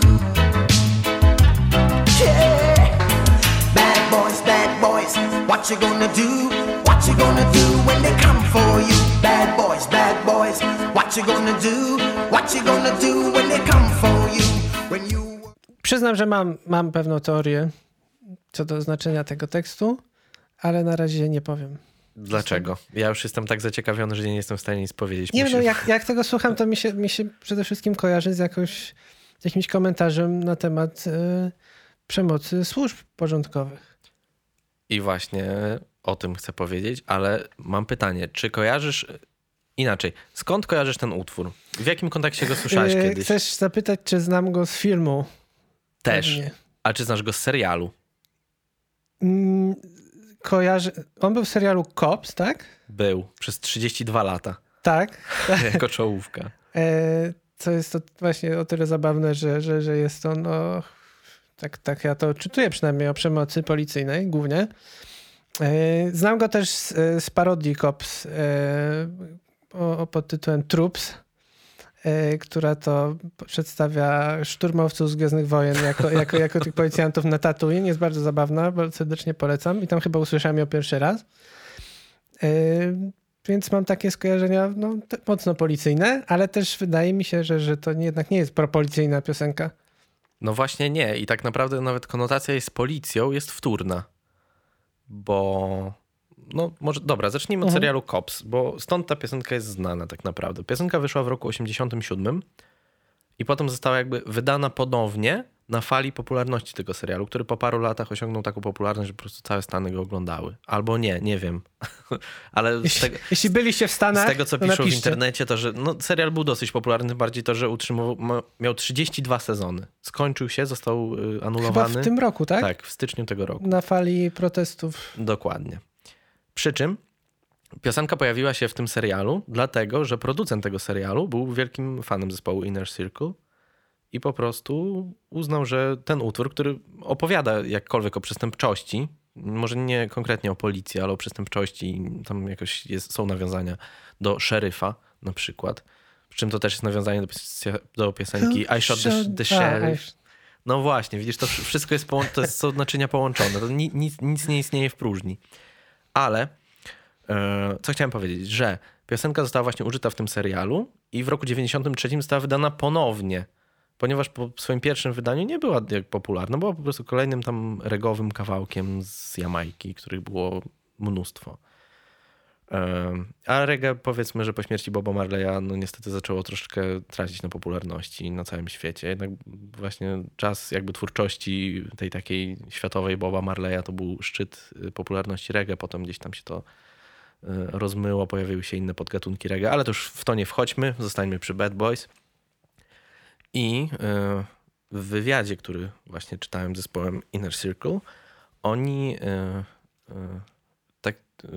Yeah, bad boys, what you gonna do? What you gonna do when they come for you? Bad boys, what you gonna do? What you gonna do when they come for you? When you... Przyznam, że mam pewną teorię co do znaczenia tego tekstu, ale na razie nie powiem. Dlaczego? Ja już jestem tak zaciekawiony, że nie jestem w stanie nic powiedzieć. Nie wiem, jak tego słucham, to mi się przede wszystkim kojarzy z jakimś komentarzem na temat przemocy służb porządkowych. I właśnie o tym chcę powiedzieć, ale mam pytanie, czy kojarzysz... Inaczej, skąd kojarzysz ten utwór? W jakim kontekście go słyszałeś kiedyś? Chcesz zapytać, czy znam go z filmu? Też. Pewnie. A czy znasz go z serialu? Kojarzę. On był w serialu Cops, tak? Był. Przez 32 lata. Tak. Jako czołówka. Co jest to właśnie o tyle zabawne, że jest on Tak ja to czytuję przynajmniej o przemocy policyjnej głównie. Znam go też z parodii Cops pod tytułem Troops, która to przedstawia szturmowców z Gwiezdnych Wojen jako tych policjantów na Tatooine. Jest bardzo zabawna, bardzo serdecznie polecam. I tam chyba usłyszałem ją pierwszy raz. Więc mam takie skojarzenia mocno policyjne, ale też wydaje mi się, że to jednak nie jest propolicyjna piosenka. No właśnie nie. I tak naprawdę nawet konotacja z policją jest wtórna. Bo... No może dobra, zacznijmy od serialu Cops, bo stąd ta piosenka jest znana tak naprawdę. Piosenka wyszła w roku 87 i potem została jakby wydana ponownie na fali popularności tego serialu, który po paru latach osiągnął taką popularność, że po prostu całe Stany go oglądały. Albo nie wiem. Ale jeśli byliście w Stanach, z tego, co piszą w internecie, to że serial był dosyć popularny, tym bardziej to, że miał 32 sezony. Skończył się, został anulowany. Chyba w tym roku, tak? Tak, w styczniu tego roku. Na fali protestów. Dokładnie. Przy czym piosenka pojawiła się w tym serialu, dlatego że producent tego serialu był wielkim fanem zespołu Inner Circle i po prostu uznał, że ten utwór, który opowiada jakkolwiek o przestępczości, może nie konkretnie o policji, ale o przestępczości, tam jakoś są nawiązania do szeryfa na przykład, przy czym to też jest nawiązanie do piosenki I Shot the Sheriff. No właśnie, widzisz, to wszystko jest, to są naczynia połączone, to nic nie istnieje w próżni. Ale co chciałem powiedzieć, że piosenka została właśnie użyta w tym serialu i w roku 93 została wydana ponownie, ponieważ po swoim pierwszym wydaniu nie była popularna, była po prostu kolejnym tam regowym kawałkiem z Jamajki, których było mnóstwo. A reggae, powiedzmy, że po śmierci Boba Marleya niestety zaczęło troszeczkę tracić na popularności na całym świecie. Jednak właśnie czas jakby twórczości tej takiej światowej Boba Marleya to był szczyt popularności reggae. Potem gdzieś tam się to rozmyło, pojawiły się inne podgatunki reggae, ale to już w to nie wchodźmy, zostańmy przy Bad Boys. I w wywiadzie, który właśnie czytałem z zespołem Inner Circle, oni tak...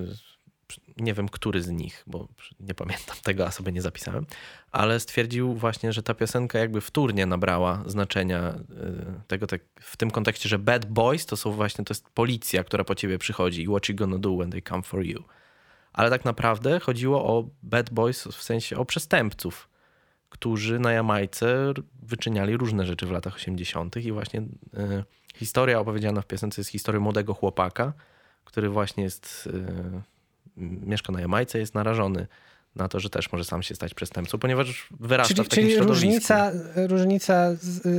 Nie wiem, który z nich, bo nie pamiętam tego, a sobie nie zapisałem, ale stwierdził właśnie, że ta piosenka jakby wtórnie nabrała znaczenia tego w tym kontekście, że bad boys to jest policja, która po ciebie przychodzi i what you gonna do when they come for you. Ale tak naprawdę chodziło o bad boys w sensie o przestępców, którzy na Jamajce wyczyniali różne rzeczy w latach 80. i właśnie historia opowiedziana w piosence jest historią młodego chłopaka, który właśnie mieszka na Jamajce, jest narażony na to, że też może sam się stać przestępcą, ponieważ wyrasta w takim środowisku. Różnica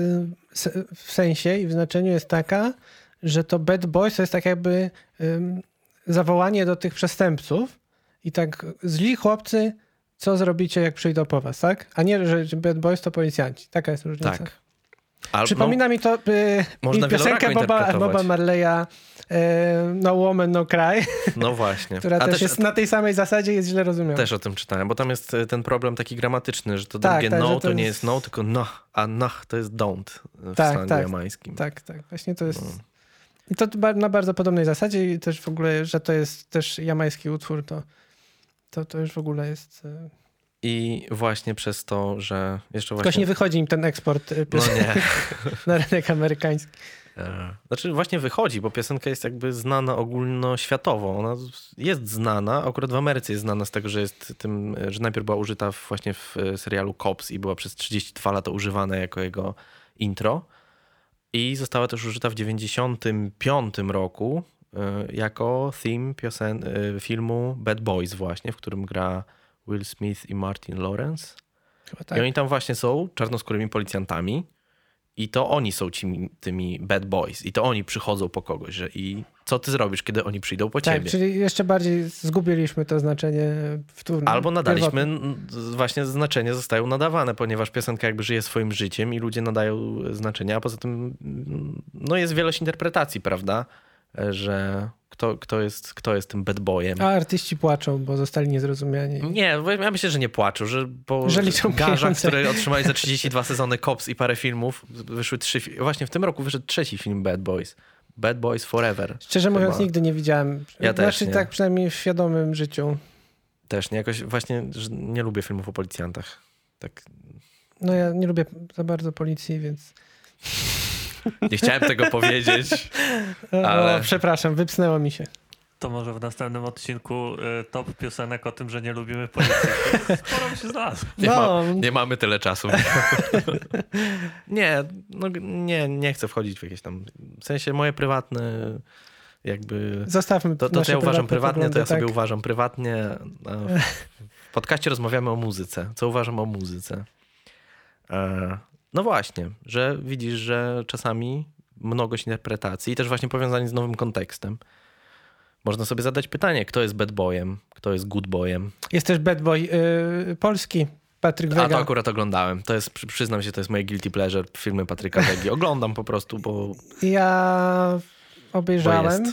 w sensie i w znaczeniu jest taka, że to bad boys to jest tak jakby zawołanie do tych przestępców i tak źli chłopcy, co zrobicie, jak przyjdą po was, tak? A nie, że bad boys to policjanci. Taka jest różnica. Tak. Przypomina mi to piosenkę Boba Marleya No Woman, No Cry. No właśnie. Która też jest na tej samej zasadzie, jest źle rozumiana. Też o tym czytałem, bo tam jest ten problem taki gramatyczny, że to drugie no to nie jest no, tylko no, a no to jest don't w slangu jamańskim. Tak. Właśnie to jest... I to na bardzo podobnej zasadzie i też w ogóle, że to jest też jamański utwór, to już w ogóle jest... I właśnie przez to, że jeszcze właśnie... Tylko nie wychodzi im ten eksport na rynek amerykański. Znaczy właśnie wychodzi, bo piosenka jest jakby znana ogólnoświatowo. Ona jest znana, akurat w Ameryce jest znana z tego, że że najpierw była użyta właśnie w serialu Cops i była przez 32 lata używana jako jego intro. I została też użyta w 95 roku jako theme filmu Bad Boys właśnie, w którym gra Will Smith i Martin Lawrence. Tak. I oni tam właśnie są czarnoskórymi policjantami i to oni są tymi bad boys i to oni przychodzą po kogoś. I co ty zrobisz, kiedy oni przyjdą po ciebie? Tak, czyli jeszcze bardziej zgubiliśmy to znaczenie wtórne. Albo nadaliśmy, właśnie znaczenia zostają nadawane, ponieważ piosenka jakby żyje swoim życiem i ludzie nadają znaczenia, a poza tym jest wielość interpretacji, prawda? Że kto jest tym bad boyem. A artyści płaczą, bo zostali niezrozumiani. Nie, ja myślę, że nie płaczą, że po garzach, które otrzymali za 32 sezony Cops i parę filmów, wyszły 3 właśnie w tym roku wyszedł 3. film Bad Boys. Bad Boys Forever. Szczerze mówiąc, nigdy nie widziałem. Ja też nie. Tak przynajmniej w świadomym życiu. Też nie, jakoś właśnie że nie lubię filmów o policjantach. Tak. No ja nie lubię za bardzo policji, więc... Nie chciałem tego powiedzieć, ale... O, przepraszam, wypsnęło mi się. To może w następnym odcinku top piosenek o tym, że nie lubimy policji. Sporo mi się znalazło. Nie mamy tyle czasu. Nie chcę wchodzić w jakieś tam... W sensie moje prywatne jakby... Zostawmy to co ja uważam prywatnie, poglądy, to ja sobie uważam prywatnie. W podcaście rozmawiamy o muzyce. Co uważam o muzyce? No właśnie, że widzisz, że czasami mnogość interpretacji i też właśnie powiązanie z nowym kontekstem. Można sobie zadać pytanie, kto jest bad boyem, kto jest good boyem. Jest też bad boy polski, Patryk Wega. A to akurat oglądałem. To jest, przyznam się, to jest moje guilty pleasure, filmy Patryka Wegi. Oglądam po prostu, bo... Ja obejrzałem.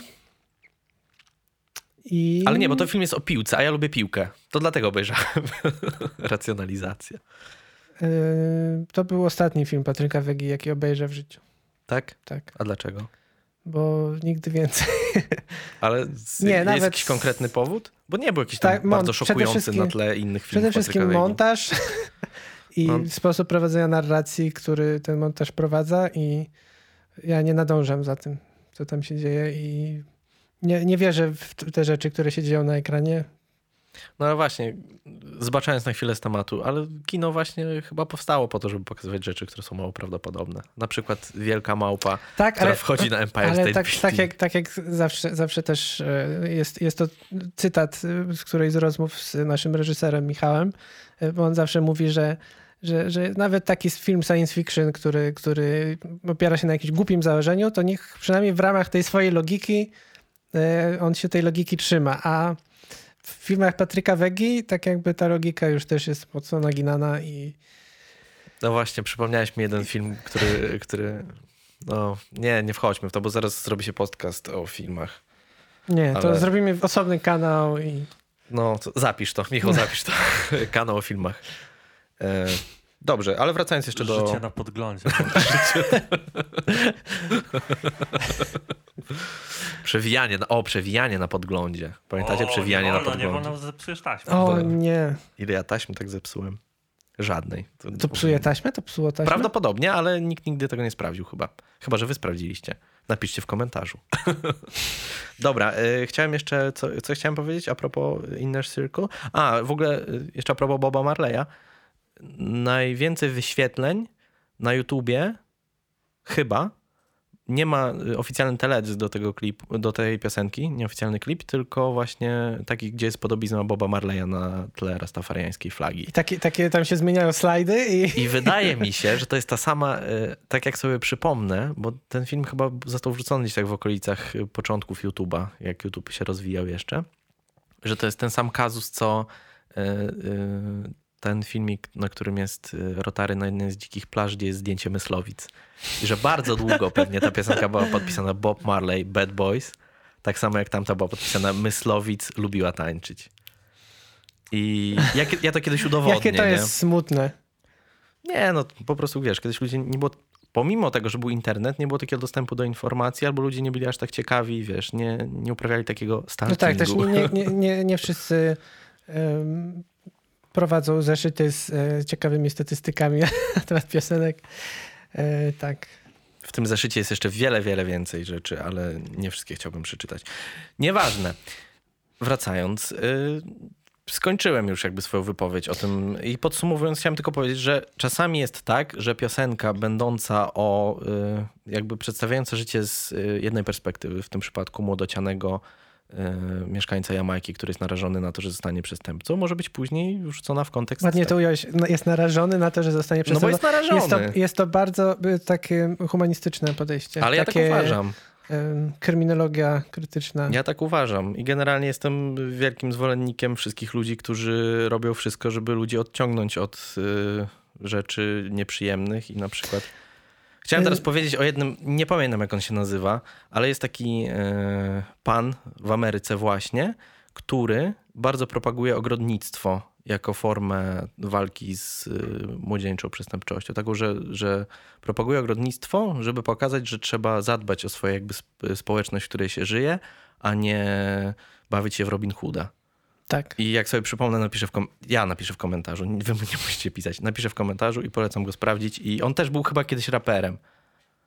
Ale nie, bo to film jest o piłce, a ja lubię piłkę. To dlatego obejrzałem. Racjonalizacja. To był ostatni film Patryka Wegi, jaki obejrzę w życiu. Tak? Tak. A dlaczego? Bo nigdy więcej. Ale jest nawet jakiś konkretny powód? Bo nie był jakiś tam bardzo szokujący na tle innych filmów. Przede wszystkim montaż i sposób prowadzenia narracji, który ten montaż prowadza i ja nie nadążam za tym, co tam się dzieje i nie wierzę w te rzeczy, które się dzieją na ekranie. No ale właśnie, zbaczając na chwilę z tematu, ale kino właśnie chyba powstało po to, żeby pokazywać rzeczy, które są mało prawdopodobne. Na przykład wielka małpa, która wchodzi na Empire State Building. Tak jak zawsze też jest to cytat z którejś z rozmów z naszym reżyserem Michałem, bo on zawsze mówi, że nawet taki film science fiction, który opiera się na jakimś głupim założeniu, to niech przynajmniej w ramach tej swojej logiki on się tej logiki trzyma, a w filmach Patryka Wegi tak jakby ta logika już też jest mocno naginana i... No właśnie, przypomniałeś mi jeden film, który... No nie wchodźmy w to, bo zaraz zrobi się podcast o filmach. Nie, to zrobimy osobny kanał i... No, zapisz to, Michał, zapisz to. Kanał o filmach. Dobrze, ale wracając jeszcze do... Życie na podglądzie. Przewijanie na podglądzie. Pamiętacie przewijanie na podglądzie? Nie wolno, zepsujesz taśmę. O nie. Ile ja taśmy tak zepsułem? Żadnej. To psuje taśmę? To psuło taśmę? Prawdopodobnie, ale nikt nigdy tego nie sprawdził chyba. Chyba, że wy sprawdziliście. Napiszcie w komentarzu. Dobra, chciałem jeszcze... Co chciałem powiedzieć a propos Inner Circle? W ogóle jeszcze a propos Boba Marleya. Najwięcej wyświetleń na YouTubie chyba nie ma oficjalny teledysk do tego klipu, do tej piosenki, nieoficjalny klip, tylko właśnie taki, gdzie jest podobizna Boba Marleya na tle rastafariańskiej flagi. I takie tam się zmieniają slajdy I wydaje mi się, że to jest ta sama, tak jak sobie przypomnę, bo ten film chyba został wrzucony gdzieś tak w okolicach początków YouTube'a, jak YouTube się rozwijał jeszcze, że to jest ten sam kazus, co ten filmik, na którym jest Rotary na jednej z dzikich plaż, gdzie jest zdjęcie Myslowic. I że bardzo długo pewnie ta piosenka była podpisana Bob Marley, Bad Boys. Tak samo jak tamta była podpisana Myslowic, lubiła tańczyć. I ja to kiedyś udowodnię. Jakie to jest smutne. Nie, no po prostu wiesz, kiedyś ludzie nie było... Pomimo tego, że był internet, nie było takiego dostępu do informacji, albo ludzie nie byli aż tak ciekawi, wiesz, nie uprawiali takiego stalkingu. No tak, też nie wszyscy... prowadzą zeszyty z ciekawymi statystykami na temat piosenek. Tak. W tym zeszycie jest jeszcze wiele, wiele więcej rzeczy, ale nie wszystkie chciałbym przeczytać. Nieważne. Wracając, skończyłem już jakby swoją wypowiedź o tym i podsumowując chciałem tylko powiedzieć, że czasami jest tak, że piosenka będąca jakby przedstawiająca życie z jednej perspektywy, w tym przypadku młodocianego mieszkańca Jamajki, który jest narażony na to, że zostanie przestępcą, może być później wrzucona w kontekst... Ładnie to ująłeś. Jest narażony na to, że zostanie przestępcą. No bo jest narażony. Jest to bardzo takie humanistyczne podejście. Ale ja tak uważam. Kryminologia krytyczna. Ja tak uważam i generalnie jestem wielkim zwolennikiem wszystkich ludzi, którzy robią wszystko, żeby ludzi odciągnąć od rzeczy nieprzyjemnych i na przykład... Chciałem teraz powiedzieć o jednym, nie pamiętam jak on się nazywa, ale jest taki pan w Ameryce właśnie, który bardzo propaguje ogrodnictwo jako formę walki z młodzieńczą przestępczością. Taką, że propaguje ogrodnictwo, żeby pokazać, że trzeba zadbać o swoją jakby społeczność, w której się żyje, a nie bawić się w Robin Hooda. Tak. I jak sobie przypomnę, napiszę w komentarzu, wy nie musicie pisać, napiszę w komentarzu i polecam go sprawdzić. I on też był chyba kiedyś raperem.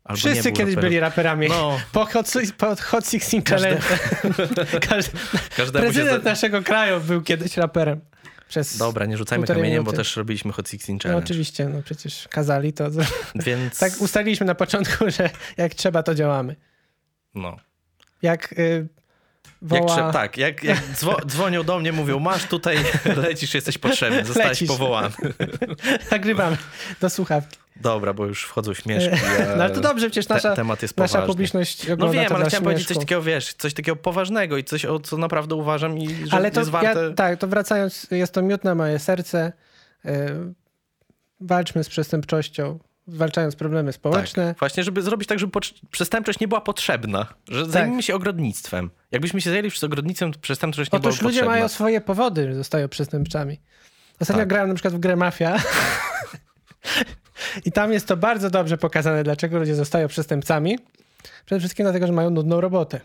Albo wszyscy kiedyś byli raperami. No. Po Hot 16 Challenge. Prezydent naszego kraju był kiedyś raperem. Dobra, nie rzucajmy kamieniem, bo też robiliśmy Hot 16 Challenge. No oczywiście, przecież kazali to. Więc... Tak ustaliliśmy na początku, że jak trzeba, to działamy. No. Jak woła... Jak dzwonią do mnie, mówią, masz tutaj, lecisz, jesteś potrzebny, zostałeś powołany. Nagrywamy do słuchawki. Dobra, bo już wchodzą śmieszki. No ale to dobrze, przecież temat jest nasza publiczność ogląda. No wiem, ale chciałem powiedzieć coś takiego, coś takiego poważnego i coś, o co naprawdę uważam i że ale to jest warte... to wracając, jest to miód na moje serce. Walczmy z przestępczością, zwalczając problemy społeczne. Tak, właśnie, żeby zrobić tak, żeby przestępczość nie była potrzebna. Że zajmijmy się ogrodnictwem. Jakbyśmy się zajęli przez ogrodnictwem, to przestępczość nie była potrzebna. Otóż ludzie mają swoje powody, że zostają przestępczami. Ostatnio grałem na przykład w grę Mafia. I tam jest to bardzo dobrze pokazane, dlaczego ludzie zostają przestępcami. Przede wszystkim dlatego, że mają nudną robotę.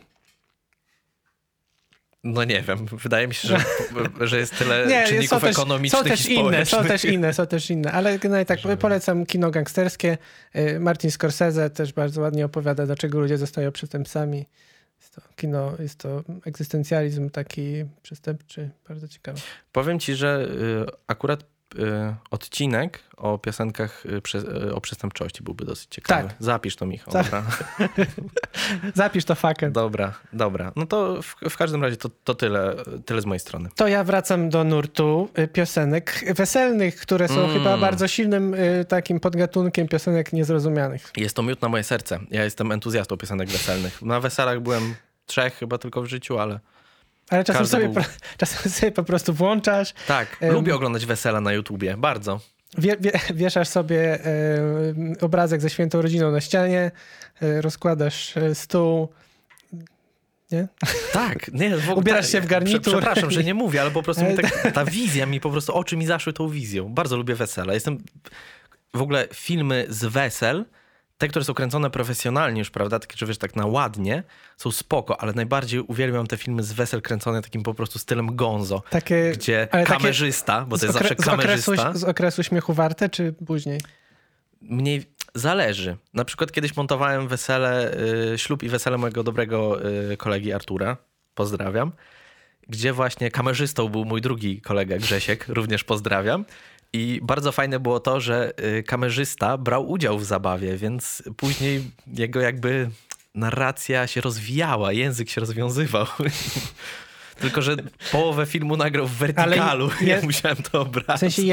No nie wiem, wydaje mi się, że jest tyle czynników ekonomicznych i społecznych. Są też inne, ale generalnie tak, polecam kino gangsterskie. Martin Scorsese też bardzo ładnie opowiada, dlaczego ludzie zostają przestępcami. Jest to egzystencjalizm taki przestępczy, bardzo ciekawy. Powiem ci, że akurat odcinek o piosenkach o przestępczości byłby dosyć ciekawy. Tak. Zapisz to, Michał. Dobra. Zapisz to fakiem. Dobra. No to w każdym razie to tyle z mojej strony. To ja wracam do nurtu piosenek weselnych, które są chyba bardzo silnym takim podgatunkiem piosenek niezrozumianych. Jest to miód na moje serce. Ja jestem entuzjastą piosenek weselnych. Na weselach byłem 3 chyba tylko w życiu, ale czasem sobie po prostu włączasz. Tak, lubię oglądać wesela na YouTubie, bardzo. Wieszasz sobie obrazek ze świętą rodziną na ścianie, rozkładasz stół. Nie? Tak. Nie, w ogóle, ubierasz się w garnitur. Przepraszam, że nie mówię, ale po prostu ta wizja mi po prostu, oczy mi zaszły tą wizją. Bardzo lubię wesela. W ogóle filmy z wesel, te, które są kręcone profesjonalnie już, prawda, takie, że wiesz, tak na ładnie, są spoko, ale najbardziej uwielbiam te filmy z wesel kręcone takim po prostu stylem gonzo, gdzie kamerzysta, bo to jest zawsze kamerzysta. Z okresu Śmiechu Warte, czy później? Mniej zależy. Na przykład kiedyś montowałem ślub i wesele mojego dobrego kolegi Artura, pozdrawiam, gdzie właśnie kamerzystą był mój drugi kolega Grzesiek, również pozdrawiam. I bardzo fajne było to, że kamerzysta brał udział w zabawie, więc później jego jakby narracja się rozwijała, język się rozwiązywał. Tylko że połowę filmu nagrał w wertykalu. Ja musiałem to obrać. W sensie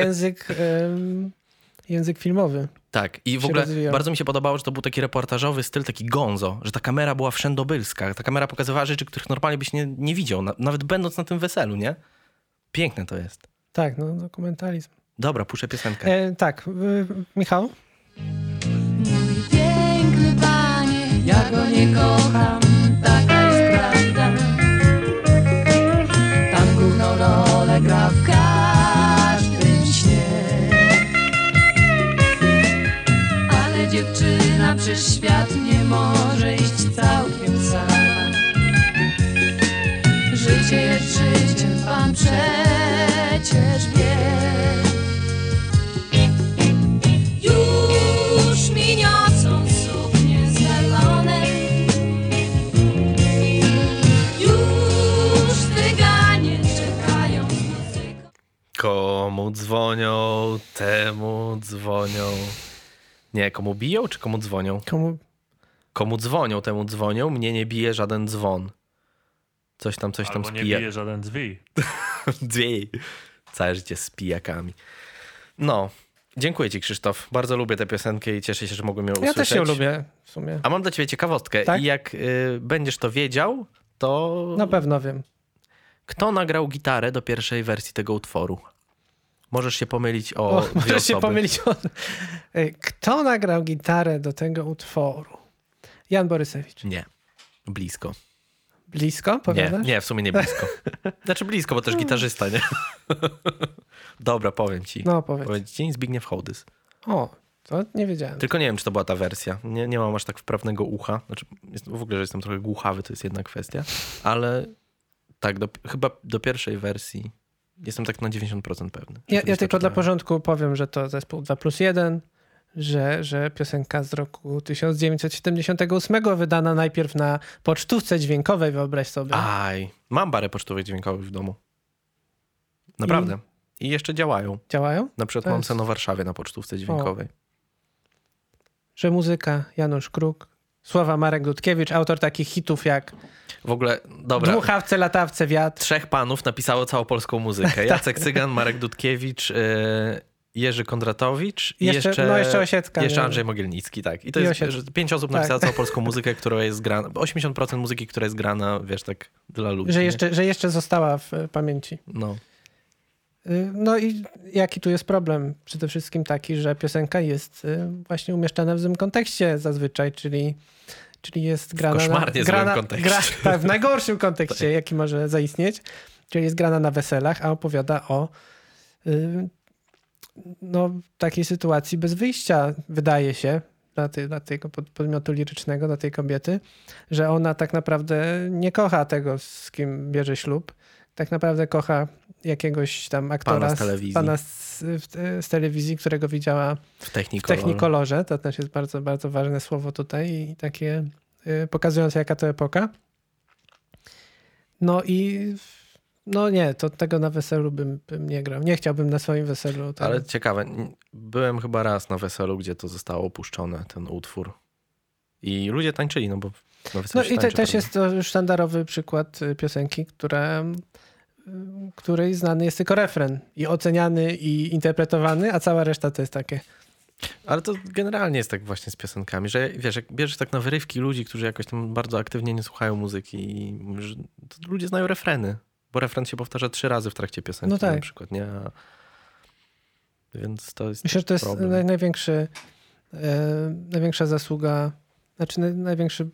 język filmowy. Tak. I w ogóle bardzo mi się podobało, że to był taki reportażowy styl, taki gonzo, że ta kamera była wszędobylska. Ta kamera pokazywała rzeczy, których normalnie byś nie widział, nawet będąc na tym weselu, nie? Piękne to jest. Tak, dokumentalizm. Dobra, puszczę piosenkę. Tak. Michał? Mój piękny panie, ja go nie kocham, taka jest prawda. Tam główną rolę gra w każdym śnie. Ale dziewczyna przez świat nie może iść całkiem sama. Życie jest życiem, pan przecież wie. Już mi niosą suknie zelone, już cyganie czekają z muzyką. Komu dzwonią, temu dzwonią. Nie, komu biją, czy komu dzwonią? Komu dzwonią, temu dzwonią. Mnie nie bije żaden dzwon. Coś tam Albo nie bije żaden drzwi. Drzwi. Całe życie z pijakami. No. Dziękuję ci, Krzysztof. Bardzo lubię tę piosenkę i cieszę się, że mogłem ją usłyszeć. Ja też ją lubię w sumie. A mam dla ciebie ciekawostkę. Tak? I jak będziesz to wiedział, to... Na pewno wiem. Kto nagrał gitarę do pierwszej wersji tego utworu? Możesz się pomylić o dwie osoby. Kto nagrał gitarę do tego utworu? Jan Borysewicz. Nie. Blisko. Blisko, powiadasz? Nie, w sumie nie blisko. Znaczy blisko, bo też gitarzysta, nie? Dobra, powiem ci. No, powiedz. Powiem ci, Zbigniew Hołdys. O, to nie wiedziałem. Tylko nie wiem, czy to była ta wersja. Nie mam aż tak wprawnego ucha. Znaczy, w ogóle, że jestem trochę głuchawy, to jest jedna kwestia. Ale tak, chyba do pierwszej wersji jestem tak na 90% pewny. Ja tylko dla porządku powiem, że to zespół 2+1, że piosenka z roku 1978 wydana najpierw na pocztówce dźwiękowej, wyobraź sobie. Aj, mam parę pocztówek dźwiękowych w domu. Naprawdę. I jeszcze działają. Działają? Na przykład mam cenę w Warszawie na pocztówce dźwiękowej. Że muzyka Janusz Kruk, słowa Marek Dudkiewicz, autor takich hitów jak w ogóle, dobra. Dmuchawce, latawce, wiatr. 3 panów napisało całą polską muzykę. Jacek Cygan, Marek Dudkiewicz, Jerzy Kondratowicz i jeszcze Osiecka. Jeszcze Andrzej Mogielnicki, tak. I to jest 5 osób napisało całą polską muzykę, która jest grana, 80% muzyki, która jest grana, wiesz, tak dla ludzi. Że jeszcze została w pamięci. No i jaki tu jest problem? Przede wszystkim taki, że piosenka jest właśnie umieszczana w złym kontekście zazwyczaj, czyli jest grana... Koszmarnie złym kontekście. Tak, w najgorszym kontekście, jaki może zaistnieć. Czyli jest grana na weselach, a opowiada o takiej sytuacji bez wyjścia, wydaje się, dla tego podmiotu lirycznego, dla tej kobiety, że ona tak naprawdę nie kocha tego, z kim bierze ślub. Tak naprawdę kocha jakiegoś tam aktora, pana z telewizji, którego widziała w Technicolorze. To też jest bardzo, bardzo ważne słowo tutaj i takie pokazujące, jaka to epoka. To tego na weselu bym nie grał. Nie chciałbym na swoim weselu. Ale ciekawe, byłem chyba raz na weselu, gdzie to zostało opuszczone, ten utwór. I ludzie tańczyli, bo na weselu się tańczy, też jest to już sztandarowy przykład piosenki, której znany jest tylko refren i oceniany i interpretowany, a cała reszta to jest takie... Ale to generalnie jest tak właśnie z piosenkami, że wiesz, jak bierzesz tak na wyrywki ludzi, którzy jakoś tam bardzo aktywnie nie słuchają muzyki i mówisz, to ludzie znają refreny, bo refren się powtarza 3 razy w trakcie piosenki na przykład, nie? Więc to jest myślę, że to jest największa zasługa, największy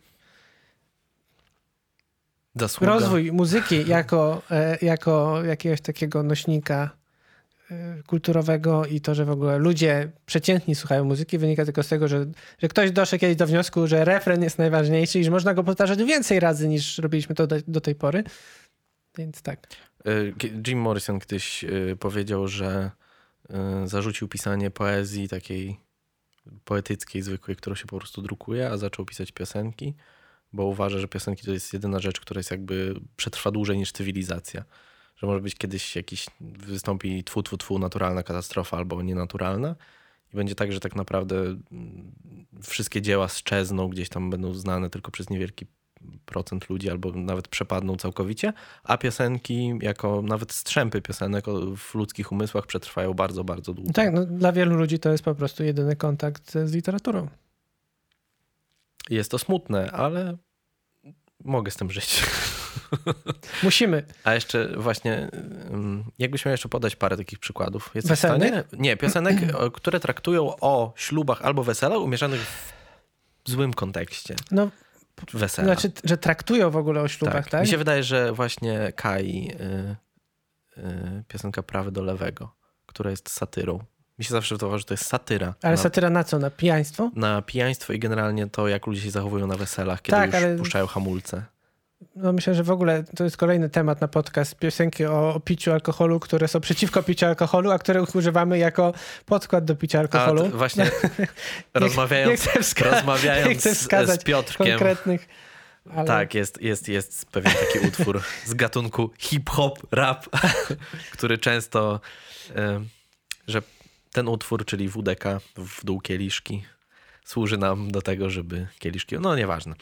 rozwój muzyki jako jakiegoś takiego nośnika kulturowego i to, że w ogóle ludzie przeciętni słuchają muzyki, wynika tylko z tego, że ktoś doszedł kiedyś do wniosku, że refren jest najważniejszy i że można go powtarzać więcej razy niż robiliśmy to do tej pory. Więc tak. Jim Morrison kiedyś powiedział, że zarzucił pisanie poezji takiej poetyckiej, zwykłej, którą się po prostu drukuje, a zaczął pisać piosenki, bo uważa, że piosenki to jest jedyna rzecz, która jest jakby przetrwa dłużej niż cywilizacja. Że może być kiedyś wystąpi naturalna katastrofa albo nienaturalna i będzie tak, że tak naprawdę wszystkie dzieła sczezną, gdzieś tam będą znane tylko przez niewielki procent ludzi albo nawet przepadną całkowicie, a piosenki jako nawet strzępy piosenek w ludzkich umysłach przetrwają bardzo, bardzo długo. Tak, dla wielu ludzi to jest po prostu jedyny kontakt z literaturą. Jest to smutne, ale mogę z tym żyć. Musimy. A jeszcze właśnie, jakbyś miał jeszcze podać parę takich przykładów. Jesteś w stanie? Nie, piosenek, które traktują o ślubach albo weselach umieszczonych w złym kontekście. Wesela. Znaczy, że traktują w ogóle o ślubach, tak? Mi się wydaje, że właśnie Kai, piosenka Prawy do lewego, która jest satyrą. Mi się zawsze wydawało, że to jest satyra. Ale satyra na co? Na pijaństwo? Na pijaństwo i generalnie to, jak ludzie się zachowują na weselach, kiedy już puszczają hamulce. Myślę, że w ogóle to jest kolejny temat na podcast. Piosenki o piciu alkoholu, które są przeciwko piciu alkoholu, a których używamy jako podkład do picia alkoholu. Właśnie rozmawiając z Piotrkiem. Konkretnych, ale... Tak, jest pewien taki utwór z gatunku hip-hop, rap, który często, że ten utwór, czyli WDK, w dół kieliszki, służy nam do tego, żeby kieliszki... nieważne.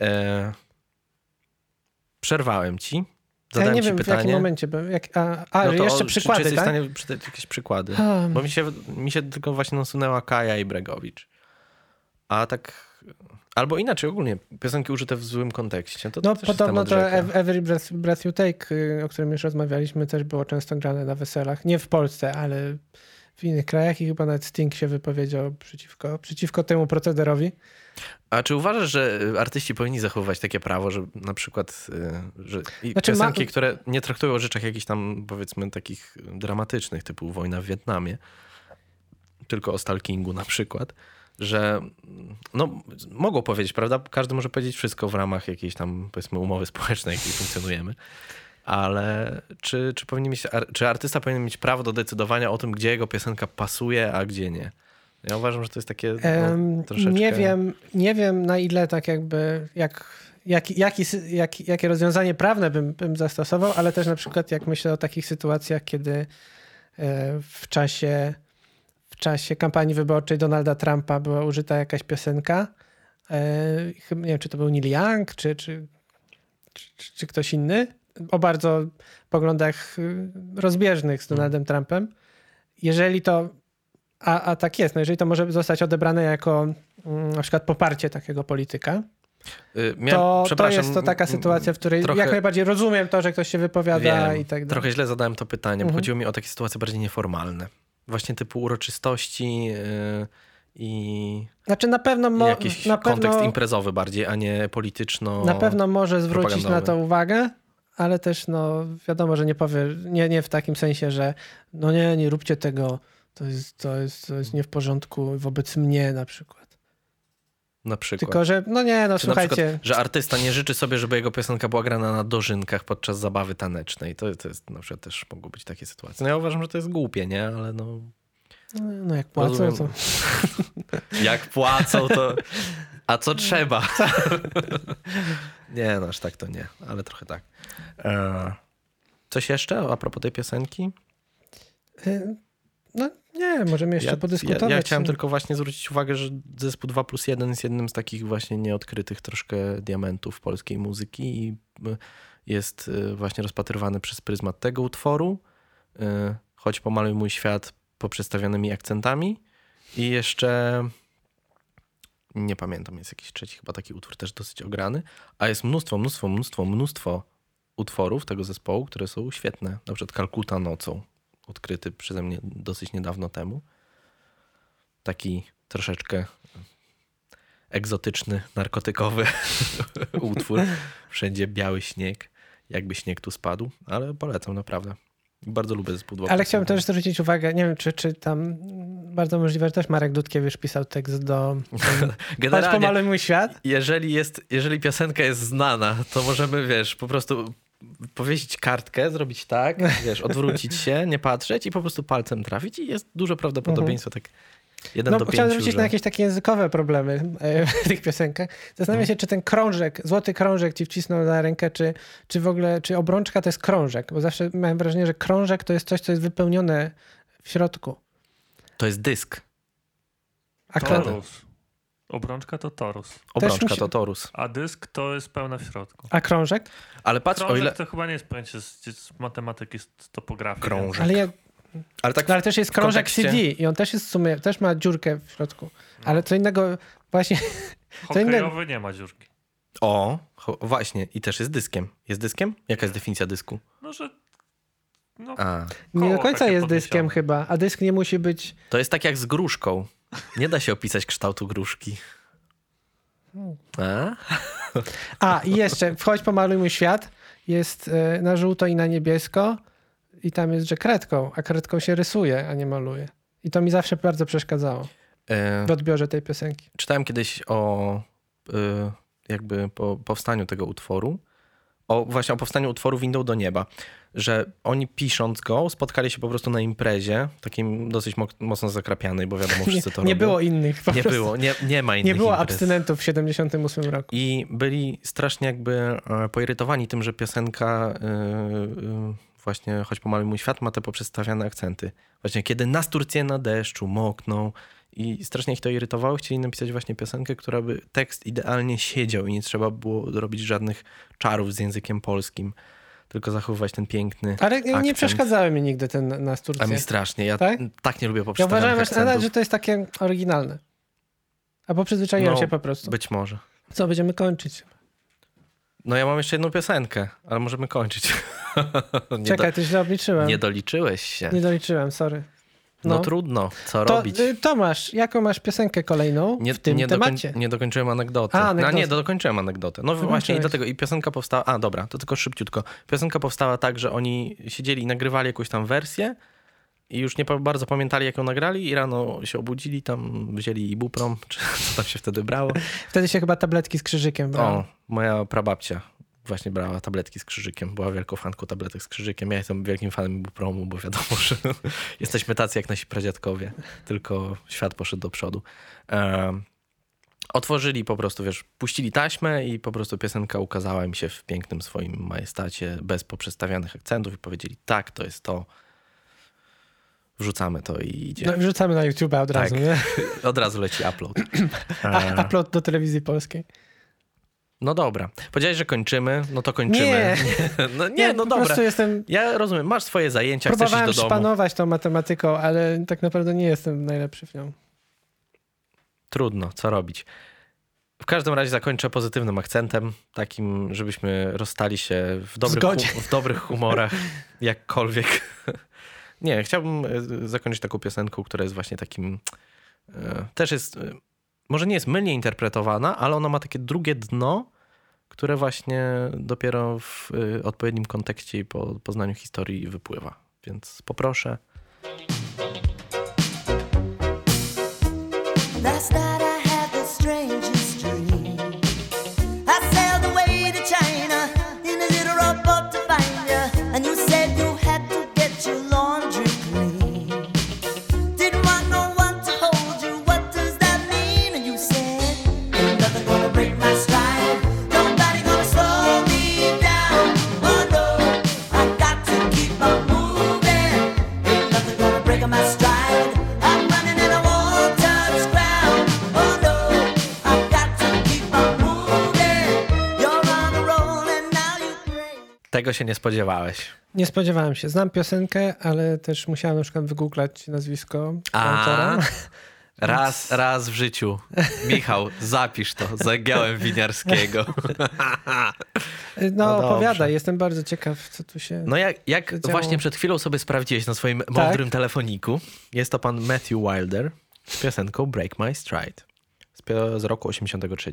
Przerwałem ci. Zadałem ci pytanie. W jakim momencie. Że jeszcze przykłady, czy jesteś w stanie przytoczyć jakieś przykłady? Bo mi się tylko właśnie nasunęła Kaja i Bregowicz. A tak... Albo inaczej, ogólnie piosenki użyte w złym kontekście. To podobno to Every Breath You Take, o którym już rozmawialiśmy, też było często grane na weselach. Nie w Polsce, ale w innych krajach i chyba nawet Sting się wypowiedział przeciwko temu procederowi. A czy uważasz, że artyści powinni zachowywać takie prawo, że na przykład piosenki, które nie traktują o rzeczach jakichś tam, powiedzmy, takich dramatycznych, typu wojna w Wietnamie, tylko o stalkingu na przykład, że mogą powiedzieć, prawda? Każdy może powiedzieć wszystko w ramach jakiejś tam, powiedzmy, umowy społecznej, jakiej funkcjonujemy. Ale czy artysta powinien mieć prawo do decydowania o tym, gdzie jego piosenka pasuje, a gdzie nie? Ja uważam, że to jest takie troszeczkę... Nie wiem na ile tak jakby, jakie rozwiązanie prawne bym zastosował, ale też na przykład jak myślę o takich sytuacjach, kiedy w czasie kampanii wyborczej Donalda Trumpa była użyta jakaś piosenka, nie wiem, czy to był Neil Young, czy ktoś inny, o bardzo poglądach rozbieżnych z Donaldem Trumpem. Jeżeli to, a tak jest, no jeżeli to może zostać odebrane jako na przykład poparcie takiego polityka, to jest to taka sytuacja, w której jak najbardziej rozumiem to, że ktoś się wypowiada i tak dalej. Trochę źle zadałem to pytanie, bo chodziło mi o takie sytuacje bardziej nieformalne. Właśnie typu uroczystości i... Znaczy na pewno jakiś kontekst imprezowy bardziej, a nie polityczno... Na pewno może zwrócić na to uwagę, ale też no wiadomo, że nie powie, nie w takim sensie, że no nie róbcie tego, to jest nie w porządku wobec mnie na przykład. Na przykład. Tylko, że słuchajcie. Przykład, że artysta nie życzy sobie, żeby jego piosenka była grana na dożynkach podczas zabawy tanecznej. To jest na przykład też mogą być takie sytuacje. No ja uważam, że to jest głupie, nie? Ale no... No jak płacą, to... Jak płacą, to... A co trzeba? Nie, no aż tak to nie, ale trochę tak. Coś jeszcze a propos tej piosenki? No nie, możemy jeszcze podyskutować. Ja chciałem tylko właśnie zwrócić uwagę, że zespół 2+1 jest jednym z takich właśnie nieodkrytych troszkę diamentów polskiej muzyki i jest właśnie rozpatrywany przez pryzmat tego utworu, choć pomaluj mój świat poprzestawionymi akcentami i jeszcze nie pamiętam, jest jakiś trzeci chyba taki utwór też dosyć ograny, a jest mnóstwo utworów tego zespołu, które są świetne. Na przykład Kalkuta nocą, odkryty przeze mnie dosyć niedawno temu. Taki troszeczkę egzotyczny, narkotykowy utwór. Wszędzie biały śnieg, jakby śnieg tu spadł, ale polecam naprawdę. Bardzo lubię zespół 2+1. Ale chciałbym też zwrócić uwagę, nie wiem, czy tam bardzo możliwe, że też Marek Dudkiewicz pisał tekst do Chodź pomaluj mój świat. Jeżeli piosenka jest znana, to możemy, po prostu powiesić kartkę, zrobić tak, odwrócić się, nie patrzeć i po prostu palcem trafić i jest duże prawdopodobieństwo tak 1 do 5. Chciałem zwrócić na jakieś takie językowe problemy w tych piosenkach. Zastanawiam się, czy ten krążek, złoty krążek ci wcisnął na rękę, czy w ogóle, czy obrączka to jest krążek, bo zawsze miałem wrażenie, że krążek to jest coś, co jest wypełnione w środku. To jest dysk. A torus. Obrączka to torus. Obrączka to torus. A dysk to jest pełna w środku. A krążek? Ale patrz, krążek o ile... to chyba nie jest pojęcie z matematyki, z topografii. Krążek. Ale też jest krążek CD i on też jest w sumie, też ma dziurkę w środku. Ale co innego właśnie... Hokejowy nie ma dziurki. Właśnie. I też jest dyskiem. Jest dyskiem? Jaka jest definicja dysku? Nie do końca jest dyskiem chyba, a dysk nie musi być... To jest tak jak z gruszką. Nie da się opisać kształtu gruszki. I jeszcze, wchodź pomaluj mój świat. Jest na żółto i na niebiesko i tam jest, że kredką, a kredką się rysuje, a nie maluje. I to mi zawsze bardzo przeszkadzało w odbiorze tej piosenki. Czytałem kiedyś o jakby po powstaniu tego utworu, właśnie o powstaniu utworu Windą do nieba, że oni pisząc go spotkali się po prostu na imprezie, takim dosyć mocno zakrapianej, bo wiadomo wszyscy to robią. Nie było innych. Nie ma innych Nie było imprez. abstynentów w 78 roku. I byli strasznie jakby poirytowani tym, że piosenka właśnie Choć pomaluj mój świat ma te poprzestawiane akcenty. Właśnie kiedy nas Turcje na deszczu mokną i strasznie ich to irytowało. Chcieli napisać właśnie piosenkę, która by tekst idealnie siedział i nie trzeba było robić żadnych czarów z językiem polskim, tylko zachowywać ten piękny Ale akcent. nie przeszkadzały mi nigdy ten nas Turcje. A mi strasznie. Ja tak nie lubię Ja poprzestawionych uważałem, że to jest takie oryginalne. Albo przyzwyczaiłem się po prostu. Być może. Co, będziemy kończyć? No ja mam jeszcze jedną piosenkę, ale możemy kończyć. Czekaj, ty źle obliczyłem. Nie doliczyłeś się. Nie doliczyłem, sorry. No trudno, co robić? Tomasz, jaką masz piosenkę kolejną w tym temacie? Nie dokończyłem anegdoty. Nie, dokończyłem anegdotę. No właśnie i dlatego i piosenka powstała... dobra, to tylko szybciutko. Piosenka powstała tak, że oni siedzieli i nagrywali jakąś tam wersję i już nie bardzo pamiętali, jak ją nagrali i rano się obudzili, tam wzięli ibuprom, czy co tam się wtedy brało. Wtedy się chyba tabletki z krzyżykiem brało. Moja prababcia właśnie brała tabletki z krzyżykiem. Była wielką fanką tabletek z krzyżykiem. Ja jestem wielkim fanem ibupromu, bo wiadomo, że jesteśmy tacy jak nasi pradziadkowie. Tylko świat poszedł do przodu. Otworzyli po prostu, puścili taśmę i po prostu piosenka ukazała mi się w pięknym swoim majestacie, bez poprzestawianych akcentów i powiedzieli, tak, to jest to. Wrzucamy to i idzie. No, wrzucamy na YouTube od razu, nie? Od razu leci upload. Upload do telewizji polskiej. No dobra. Powiedziałeś, że kończymy, no to kończymy. No dobra. Ja rozumiem, masz swoje zajęcia, chcesz iść do domu. Próbowałem szpanować tą matematyką, ale tak naprawdę nie jestem najlepszy w nią. Trudno, co robić. W każdym razie zakończę pozytywnym akcentem, takim, żebyśmy rozstali się w dobrych humorach, jakkolwiek. Nie, chciałbym zakończyć taką piosenką, która jest właśnie takim, też jest, może nie jest mylnie interpretowana, ale ona ma takie drugie dno, które właśnie dopiero w odpowiednim kontekście i po poznaniu historii wypływa. Więc poproszę. Last night I had the strangest dream. I sailed away to China in a little rowboat to find you, and you said you had to get your laundry clean. Didn't want no one to hold you, what does that mean? And you said, ain't nothing gonna break my stride, nobody gonna slow me down. Oh no, I got to keep on moving, ain't nothing gonna break my stride. I'm running and I won't touch ground. Oh no, I got to keep on moving. You're on a roll and now you break. Tego się nie spodziewałeś. Nie spodziewałem się. Znam piosenkę, ale też musiałem na przykład wygooglać nazwisko autora. Raz w życiu. Michał, zapisz to. Zagałem Winiarskiego. No opowiadaj, jestem bardzo ciekaw, co tu się No jak właśnie przed chwilą sobie sprawdziłeś na swoim mądrym telefoniku, jest to pan Matthew Wilder z piosenką Break My Stride z roku 83.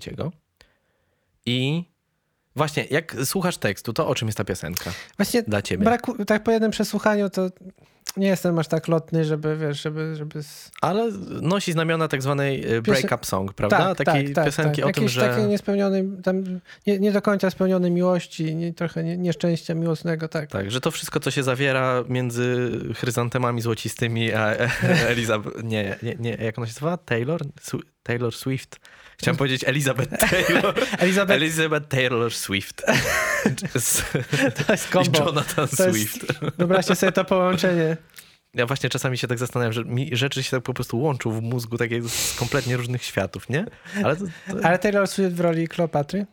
I właśnie, jak słuchasz tekstu, to o czym jest ta piosenka? Właśnie dla ciebie? Tak po jednym przesłuchaniu to nie jestem aż tak lotny, żeby... Ale nosi znamiona tak zwanej break-up song, prawda? Takiej piosenki o tym, że... Takiej niespełnionej, nie do końca spełnionej miłości, trochę nieszczęścia miłosnego, tak. Tak, że to wszystko, co się zawiera między chryzantemami złocistymi a Elizabeth... Nie, jak ona się nazywa? Taylor Swift. Chciałem powiedzieć Elizabeth Taylor. Elizabeth Taylor Swift. To jest kombo. I Jonathan Swift. Wyobraźcie sobie to połączenie. Ja właśnie czasami się tak zastanawiam, że mi rzeczy się tak po prostu łączą w mózgu, takie z kompletnie różnych światów, nie? Ale Taylor Swift w roli Kleopatry?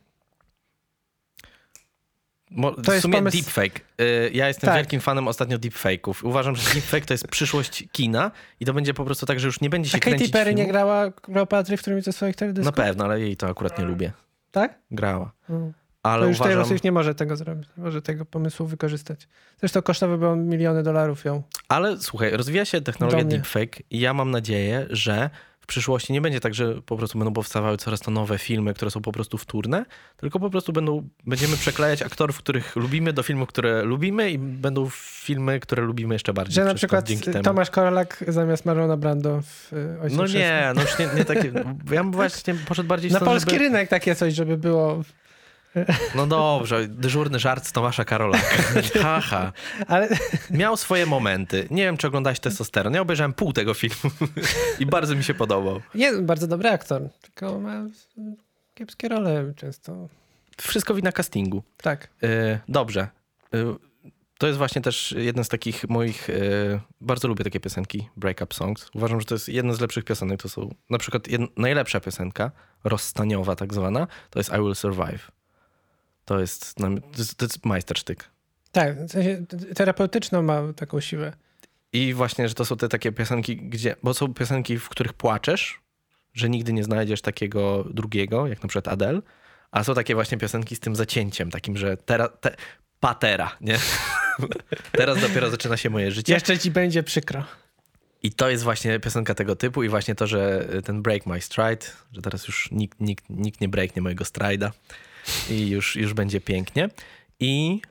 To jest w sumie deepfake. Ja jestem wielkim fanem ostatnio deepfake'ów. Uważam, że deepfake to jest przyszłość kina i to będzie po prostu tak, że już nie będzie się kręcić Katy Perry filmu. nie grała Kleopatry w którymś ze swoich teledysków? Na pewno, ale jej to akurat nie lubię. Tak? Grała. Ale to już Taylor Swift nie może tego zrobić, nie może tego pomysłu wykorzystać. Zresztą kosztowało było miliony dolarów ją. Ale słuchaj, rozwija się technologia deepfake i ja mam nadzieję, że w przyszłości nie będzie tak, że po prostu będą powstawały coraz to nowe filmy, które są po prostu wtórne, tylko po prostu będziemy przeklejać aktorów, których lubimy, do filmów, które lubimy i będą filmy, które lubimy jeszcze bardziej. Że na przykład Tomasz Korolak zamiast Marlona Brando w Ojcu No nie, no już nie takie... Ja bym właśnie poszedł bardziej na polski rynek takie coś, żeby było... No dobrze, dyżurny żart z Tomasza Karolaka. Haha. Ale... Miał swoje momenty. Nie wiem, czy oglądałeś Testosteron. Ja obejrzałem pół tego filmu i bardzo mi się podobał. Nie, bardzo dobry aktor, tylko ma kiepskie role często. Wszystko wina castingu. Tak. Dobrze. To jest właśnie też jeden z takich moich... Bardzo lubię takie piosenki, break-up songs. Uważam, że to jest jedna z lepszych piosenek. To są na przykład najlepsza piosenka, rozstaniowa tak zwana, to jest I Will Survive. To jest majstersztyk. Tak, w sensie terapeutyczną ma taką siłę. I właśnie, że to są te takie piosenki, bo są piosenki, w których płaczesz, że nigdy nie znajdziesz takiego drugiego, jak na przykład Adele, a są takie właśnie piosenki z tym zacięciem, takim, że patera, nie? Teraz dopiero zaczyna się moje życie. Jeszcze ci będzie przykro. I to jest właśnie piosenka tego typu i właśnie to, że ten break my stride, że teraz już nikt nie breaknie mojego stride'a i już będzie pięknie. I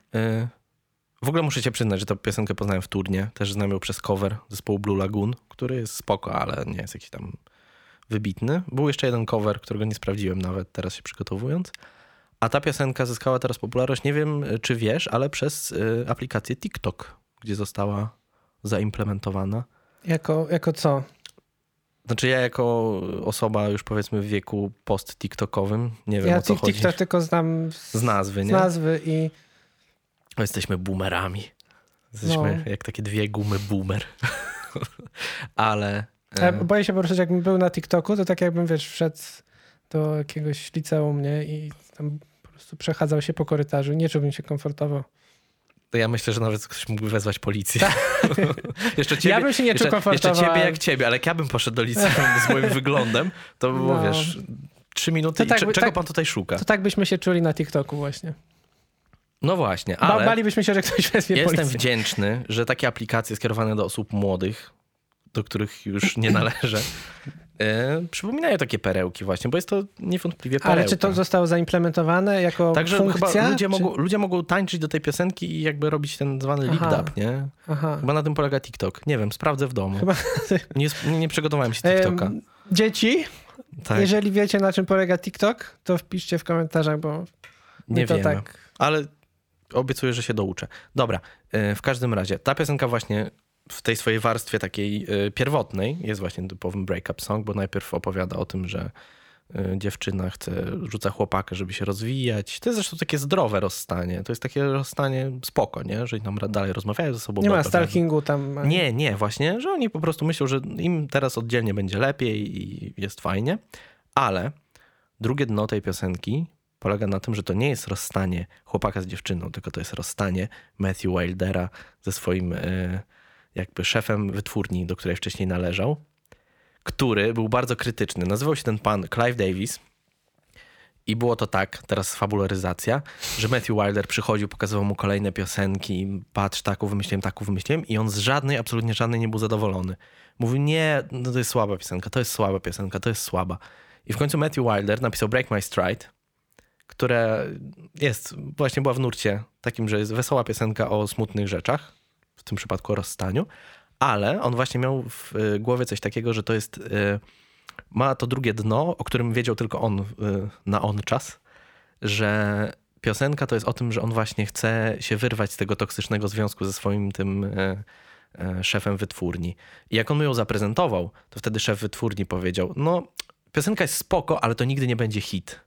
w ogóle muszę cię przyznać, że tę piosenkę poznałem wtórnie. Też znam ją przez cover zespołu Blue Lagoon, który jest spoko, ale nie jest jakiś tam wybitny. Był jeszcze jeden cover, którego nie sprawdziłem nawet teraz się przygotowując. A ta piosenka zyskała teraz popularność, nie wiem czy wiesz, ale przez aplikację TikTok, gdzie została zaimplementowana. Jako co? Znaczy ja jako osoba już powiedzmy w wieku post-tiktokowym, nie wiem o co chodzi. TikTok tylko znam z nazwy, nie? Z nazwy i... Jesteśmy boomerami. Jesteśmy jak takie dwie gumy boomer. Ale... Boję się po prostu, że jakbym był na TikToku, to tak jakbym, wiesz, wszedł do jakiegoś liceum, nie? I tam po prostu przechadzał się po korytarzu. Nie czułbym się komfortowo. To ja myślę, że nawet ktoś mógłby wezwać policję. Jeszcze ciebie, ja bym się nie czuł komfortowo. Jeszcze ciebie jak ciebie, ale jak ja bym poszedł do liceum z moim wyglądem, to by było, wiesz, 3 minuty tak, czego pan tutaj szuka? To tak byśmy się czuli na TikToku właśnie. No właśnie, ale... Balibyśmy się, że ktoś wezwie policję. Jestem wdzięczny, że takie aplikacje skierowane do osób młodych, do których już nie należę, przypominają takie perełki właśnie, bo jest to niewątpliwie perełka. Ale czy to zostało zaimplementowane jako Także funkcja? Chyba ludzie mogą tańczyć do tej piosenki i jakby robić ten zwany lip-dub, nie? Chyba na tym polega TikTok. Nie wiem, sprawdzę w domu. Chyba... Nie przygotowałem się TikToka. Dzieci, tak. Jeżeli wiecie, na czym polega TikTok, to wpiszcie w komentarzach, bo nie to wiemy. tak... Ale obiecuję, że się douczę. Dobra, w każdym razie ta piosenka właśnie w tej swojej warstwie takiej pierwotnej jest właśnie typowym break-up song, bo najpierw opowiada o tym, że dziewczyna rzuca chłopaka, żeby się rozwijać. To jest zresztą takie zdrowe rozstanie. To jest takie rozstanie spoko, nie? Że tam dalej rozmawiają ze sobą. Nie ma stalkingu tam. Nie, właśnie, że oni po prostu myślą, że im teraz oddzielnie będzie lepiej i jest fajnie. Ale drugie dno tej piosenki polega na tym, że to nie jest rozstanie chłopaka z dziewczyną, tylko to jest rozstanie Matthew Wildera ze swoim jakby szefem wytwórni, do której wcześniej należał, który był bardzo krytyczny. Nazywał się ten pan Clive Davis i było to tak, teraz fabularyzacja, że Matthew Wilder przychodził, pokazywał mu kolejne piosenki, patrz, taką wymyśliłem i on z absolutnie żadnej nie był zadowolony. Mówił, nie, no to jest słaba piosenka, to jest słaba. I w końcu Matthew Wilder napisał Break My Stride, które była w nurcie takim, że jest wesoła piosenka o smutnych rzeczach, w tym przypadku o rozstaniu, ale on właśnie miał w głowie coś takiego, że to jest, ma to drugie dno, o którym wiedział tylko on na czas, że piosenka to jest o tym, że on właśnie chce się wyrwać z tego toksycznego związku ze swoim tym szefem wytwórni. I jak on mu ją zaprezentował, to wtedy szef wytwórni powiedział, no piosenka jest spoko, ale to nigdy nie będzie hit.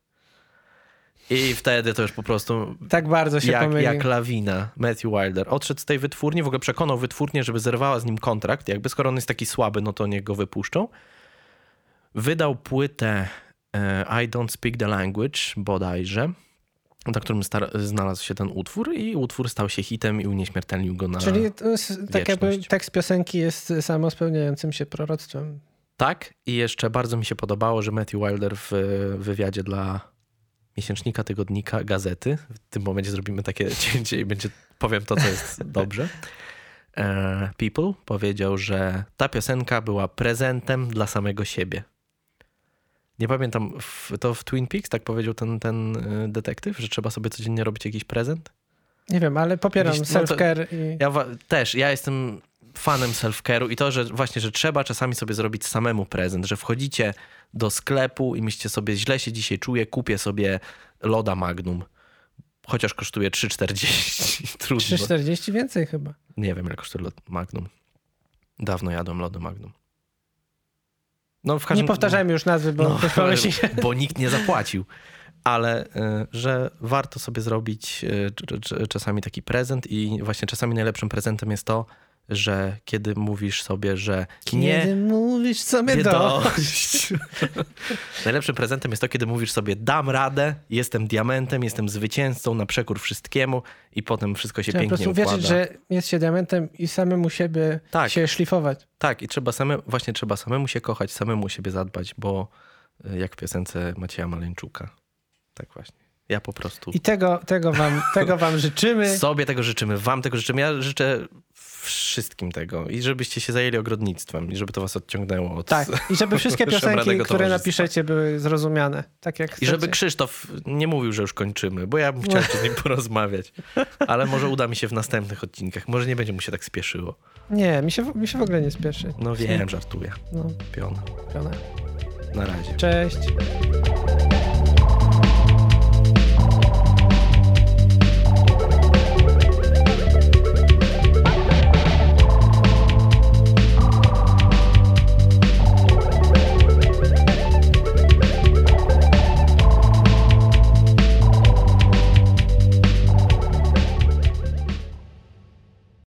I wtedy to już po prostu tak bardzo się pomylił. Jak lawina. Matthew Wilder odszedł z tej wytwórni, w ogóle przekonał wytwórnię, żeby zerwała z nim kontrakt. Jakby skoro on jest taki słaby, no to niech go wypuszczą. Wydał płytę I Don't Speak the Language bodajże, na którym znalazł się ten utwór i utwór stał się hitem i unieśmiertelnił go na Czyli tak jakby tekst piosenki jest samospełniającym się proroctwem. Tak i jeszcze bardzo mi się podobało, że Matthew Wilder w wywiadzie dla miesięcznika, tygodnika, gazety. W tym momencie zrobimy takie cięcie i powiem to, co jest dobrze. People powiedział, że ta piosenka była prezentem dla samego siebie. Nie pamiętam, to w Twin Peaks tak powiedział ten detektyw, że trzeba sobie codziennie robić jakiś prezent? Nie wiem, ale popieram self-care. Ja jestem fanem self-care'u i to, że właśnie, że trzeba czasami sobie zrobić samemu prezent, że wchodzicie do sklepu i myślicie sobie, źle się dzisiaj czuję, kupię sobie loda Magnum. Chociaż kosztuje 3,40. Trudno. 3,40 więcej chyba. Nie wiem, ile kosztuje lod Magnum. Dawno jadłem lody Magnum. No, w każdym... Nie powtarzajmy już nazwy, bo nikt nie zapłacił. Ale że warto sobie zrobić czasami taki prezent i właśnie czasami najlepszym prezentem jest to, że kiedy mówisz sobie, że kiedy mówisz sobie dość. Najlepszym prezentem jest to, kiedy mówisz sobie dam radę, jestem diamentem, jestem zwycięzcą na przekór wszystkiemu i potem wszystko się pięknie układa. Po prostu wierzyć, że jest się diamentem i samemu siebie się szlifować. Tak i trzeba samemu się kochać, samemu siebie zadbać, bo jak w piosence Macieja Maleńczuka. Tak właśnie. Ja po prostu... I tego wam życzymy. Sobie tego życzymy, wam tego życzymy. Ja życzę wszystkim tego. I żebyście się zajęli ogrodnictwem. I żeby to was odciągnęło od... Tak. I żeby wszystkie piosenki, które napiszecie, były zrozumiane. Tak jak chcecie. I żeby Krzysztof nie mówił, że już kończymy, bo ja bym chciał z nim porozmawiać. Ale może uda mi się w następnych odcinkach. Może nie będzie mu się tak spieszyło. Nie, mi się w ogóle nie spieszy. No wiem, żartuję. No. Piona. Piona. Na razie. Cześć.